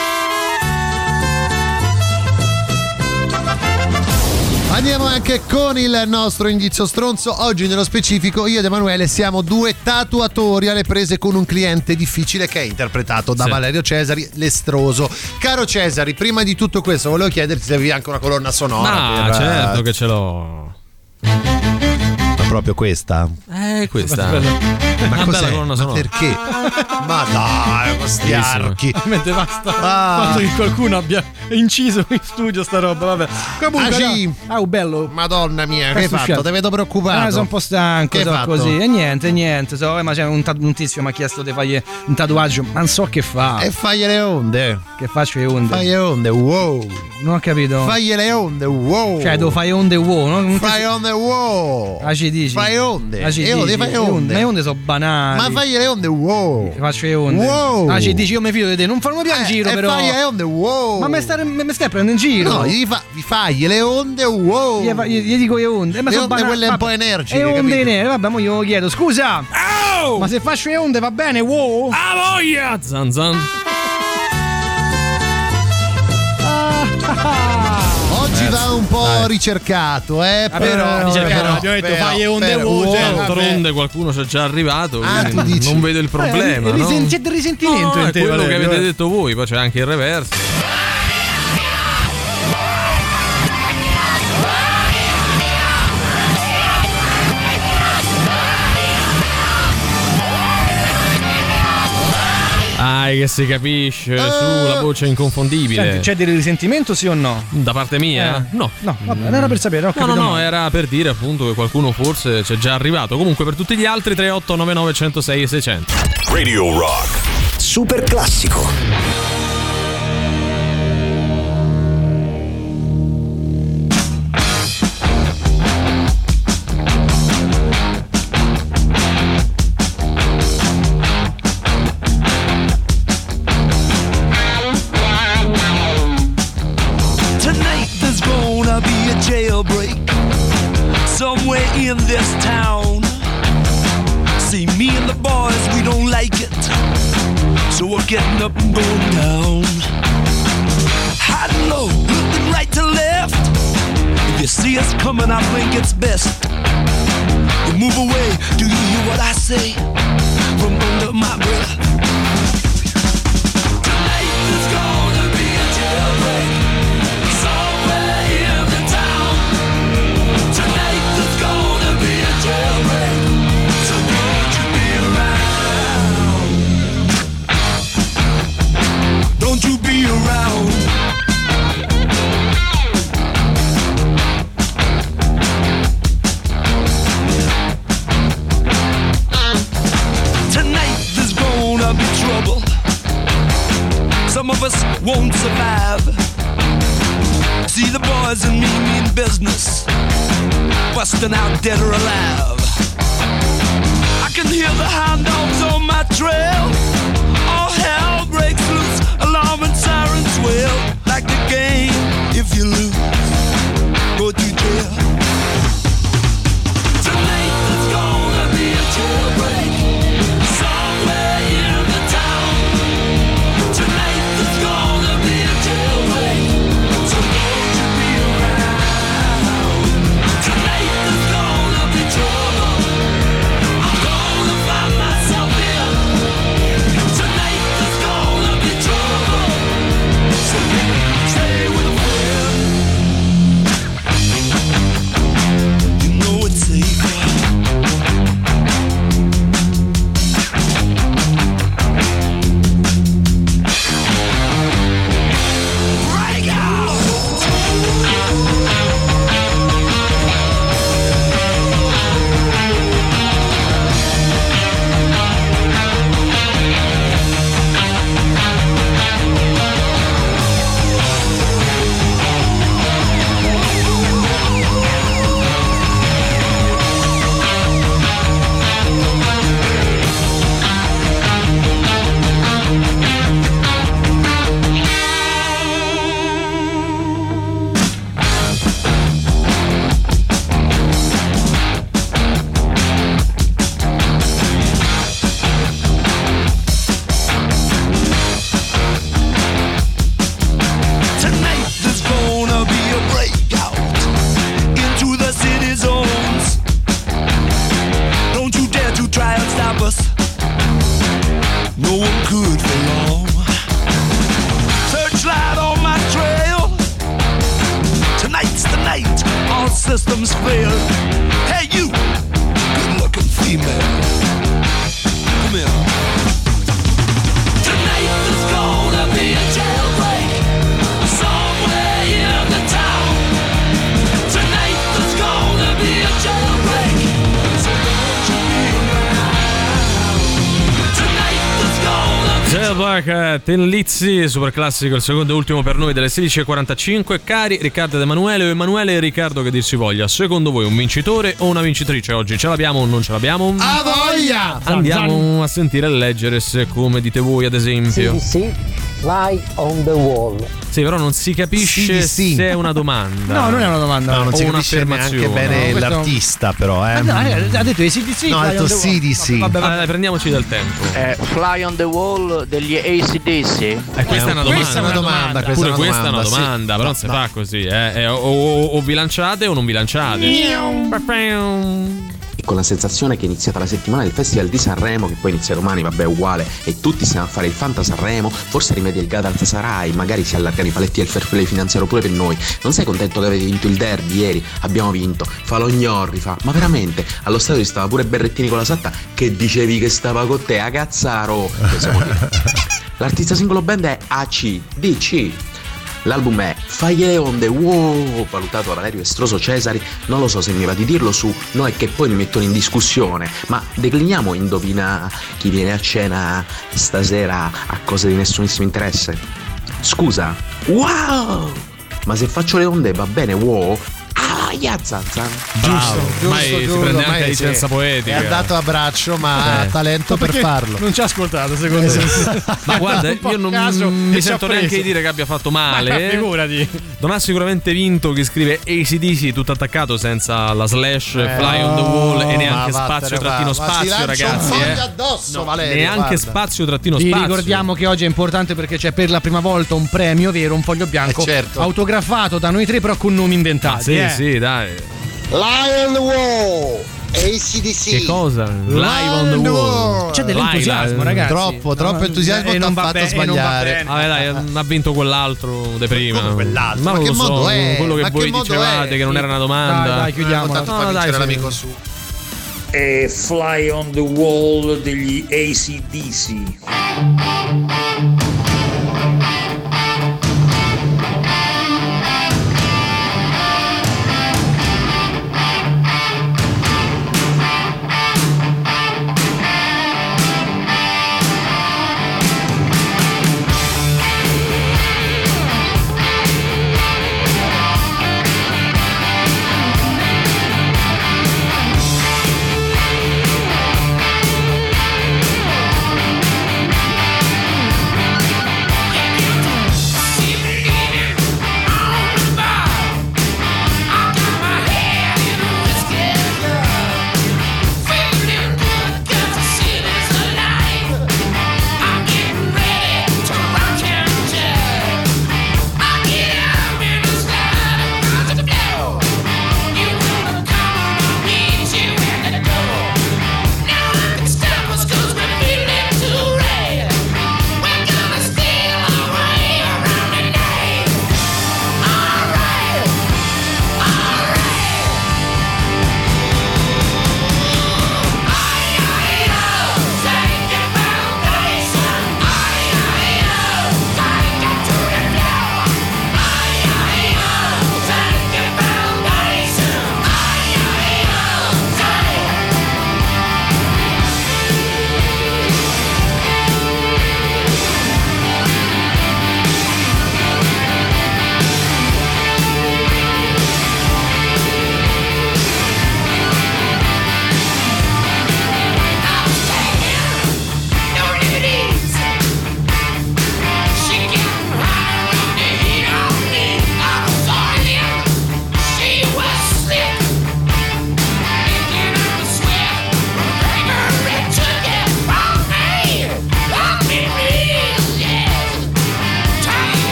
Andiamo anche con il nostro indizio stronzo. Oggi nello specifico io ed Emanuele siamo due tatuatori alle prese con un cliente difficile che è interpretato da Sì. Valerio Cesari, l'estroso. Caro Cesari, prima di tutto questo volevo chiederti se avevi anche una colonna sonora. Ma per, certo che ce l'ho. Ma proprio questa? Eh, questa. Ma Una cos'è? bella colonna Ma sonora. perché? Ma dai, questi Bellissimo. archi. Veramente basta. Ah. Fatto che qualcuno abbia inciso in studio sta roba, vabbè. Comunque, Ah, sì. no. Ah, oh, bello. Madonna mia, che hai Sta fatto? suffiato. Ti vedo preoccupato. Ah, sono un po' stanco, Che so, hai fatto? così. E niente, niente. So, eh, ma c'è un, ta- un tizio mi ha chiesto di fargli un tatuaggio, ma non so che fa. E fagli le onde. Che faccio le onde? Fai le onde, wow. Non ho capito. Fagli le onde, wow. Cioè, devo fare onde wow, no? Non Fai onde, wow. Ah, ci dici? Fai onde. Ah, ci E onde, dici? fai Le onde. Ma le onde sono banali. Ma fagli le onde, wow. Che faccio le onde? Wow. Ah, ci dici, io mi fido di te. Non farmi più in Eh, giro, e però. fagli le onde, wow. Ma mi stai, mi stai prendendo in giro? No, gli, fa, gli fagli le onde, wow. Gli, gli- gli dico le onde. Eh, ma Le sono onde banali. quelle un Vabbè. po' energiche, Le onde capito? nere. Vabbè, mo io chiedo. Scusa. Ma se faccio le onde va bene, wow? Ah, voglia! Zan zan. Oggi Eh, va un po' dai. ricercato, eh. Vabbè, però, no, ricercato, però, abbiamo detto, però, fai le onde, però, wow, cioè, wow. D'altronde qualcuno c'è già arrivato, Ah, quindi tu dici? non vedo il problema. Eh, no? risen- c'è del risentimento No, in è te, quello che Valerio, avete eh. detto voi, poi c'è anche il reverso. Dai, che si capisce, su, la voce è inconfondibile. Senti, c'è del risentimento, sì o no? Da parte mia? Eh. No. No, vabbè, non era per sapere. Ho No, no, capito no, male. era per dire appunto che qualcuno forse c'è già arrivato. Comunque per tutti gli altri tre otto nove nove uno zero sei sei zero zero. Radio Rock. Super classico. Tonight there's gonna be a jailbreak somewhere in this town. See, me and the boys, we don't like it, so we're getting up and going down. High and low, looking right to left. If you see us coming, I think it's best you move away. Do you hear what I say from under my breath? Tonight there's gonna be a jailbreak somewhere in the town. Tonight there's gonna be a jailbreak, so won't you be around? Don't you be around? Tonight there's gonna be trouble. Some of us won't survive. See, the boys and me mean business, busting out dead or alive. I can hear the hound dogs on my trail. All hell breaks loose, alarm and sirens wail. Like the game, if you lose, go to jail. Tonight there's gonna be a jailbreak somewhere in the town. Tonight there's gonna be a jailbreak, so won't you be around? Tonight there's gonna be trouble. I'm gonna find myself here Cell Block, Tin Lizzy, super classico, il secondo e ultimo per noi delle sedici e quarantacinque. Cari Riccardo ed Emanuele, o Emanuele e Riccardo che dir si voglia, secondo voi un vincitore o una vincitrice oggi? Ce l'abbiamo o non ce l'abbiamo? A voglia! Andiamo a sentire e leggere se come dite voi, ad esempio. Sì, sì, fly on the wall. Sì, però non si capisce Sì, sì. se è una domanda. No, non è una domanda. No, non o si capisce neanche un'affermazione. bene No, questo- l'artista, però, eh. Ah, no, ha detto A C D C. No, ha detto sì di sì. Vabbè, vabbè. Vabbè, prendiamoci del tempo. Eh, Fly on the Wall degli A C D C. Eh, questa è una domanda. Questa è una domanda, questa Pure è una questa è una domanda, sì. domanda, però non si No. fa così, eh. Eh, o, o- o vi lanciate o non vi lanciate. E con la sensazione che è iniziata la settimana del Festival di Sanremo, che poi inizia domani, vabbè uguale, e tutti stiamo a fare il Fanta Sanremo, forse rimedia il Galatasaray, magari si allargano i paletti del fair play finanziario pure per noi. Non sei contento che avete vinto il derby ieri? Abbiamo vinto. Fa lo gnorri, fa. Ma veramente? Allo stadio stava pure Berrettini con la Satta che dicevi che stava con te a cazzaro. Possiamo dire. L'artista singolo band è A C D C. L'album è Fire on the Wall, valutato da Valerio Estroso Cesari. Non lo so se mi va di dirlo su No è che poi mi mettono in discussione, ma decliniamo indovina chi viene a cena stasera a cose di nessunissimo interesse. Scusa, wow! Ma se faccio le onde va bene, wow? Ah, ya, zan, zan. Bravo, ormai si giusto, prende ormai anche sì. licenza È poetica. andato a braccio, ma ha Eh. talento per Perché farlo. non ci ha ascoltato, secondo me. Ma guarda, Un po' io non a caso mi e ci ha sento neanche preso. di dire che abbia fatto Ma male. figurati. Non ha sicuramente vinto chi scrive A C D C tutto attaccato senza la slash Eh, fly on the wall e neanche ma spazio vattene, trattino ma- ma si spazio, lancia un ragazzi. foglio Eh. addosso, No, Valerio, neanche guarda. spazio trattino Vi spazio. ricordiamo che oggi è importante perché c'è per la prima volta un premio vero, un foglio bianco Eh, certo. autografato da noi tre, però con nomi inventati. Ah, sì, eh. sì, dai. Lion Wall, A C D C. Che cosa? Live on the wall. C'è dell'entusiasmo, Live, ragazzi. Troppo, troppo No, entusiasmo e ti ha non va fatto bene, e non va sbagliare. bene. Vabbè, dai, ha vinto quell'altro di prima. Come quell'altro? Ma Ma non che lo so, modo è? quello che Ma voi che modo dicevate è? che non era una domanda. Dai, dai, chiudiamo. Tanto No, fa dai, vincere sì. l'amico su. È Fly on the Wall degli A C D C.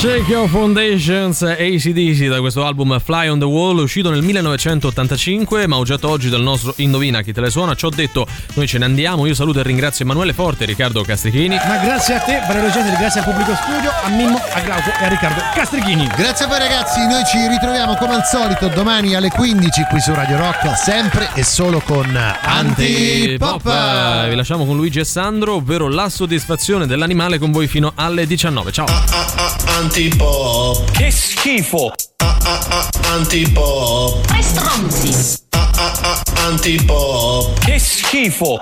Shake Your Foundations, A C D C, da questo album Fly on the Wall, uscito nel millenovecentottantacinque, ma oggetto oggi del nostro Indovina chi te le suona. Ci ho detto, noi ce ne andiamo. Io saluto e ringrazio Emanuele Forte e Riccardo Castrichini. Ma grazie a te, Valerio Generi, grazie al pubblico studio, a Mimmo, a Glauco e a Riccardo Castrichini. Grazie a voi ragazzi, noi ci ritroviamo come al solito domani alle quindici qui su Radio Rock, sempre e solo con Antipop. Vi lasciamo con Luigi e Sandro, ovvero La soddisfazione dell'animale, con voi fino alle diciannove. Ciao. Antipop. Che schifo. Antipop. Tre stronzi. Antipop. Che schifo.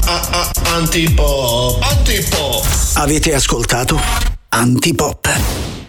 Antipop. Antipop. Avete ascoltato Antipop.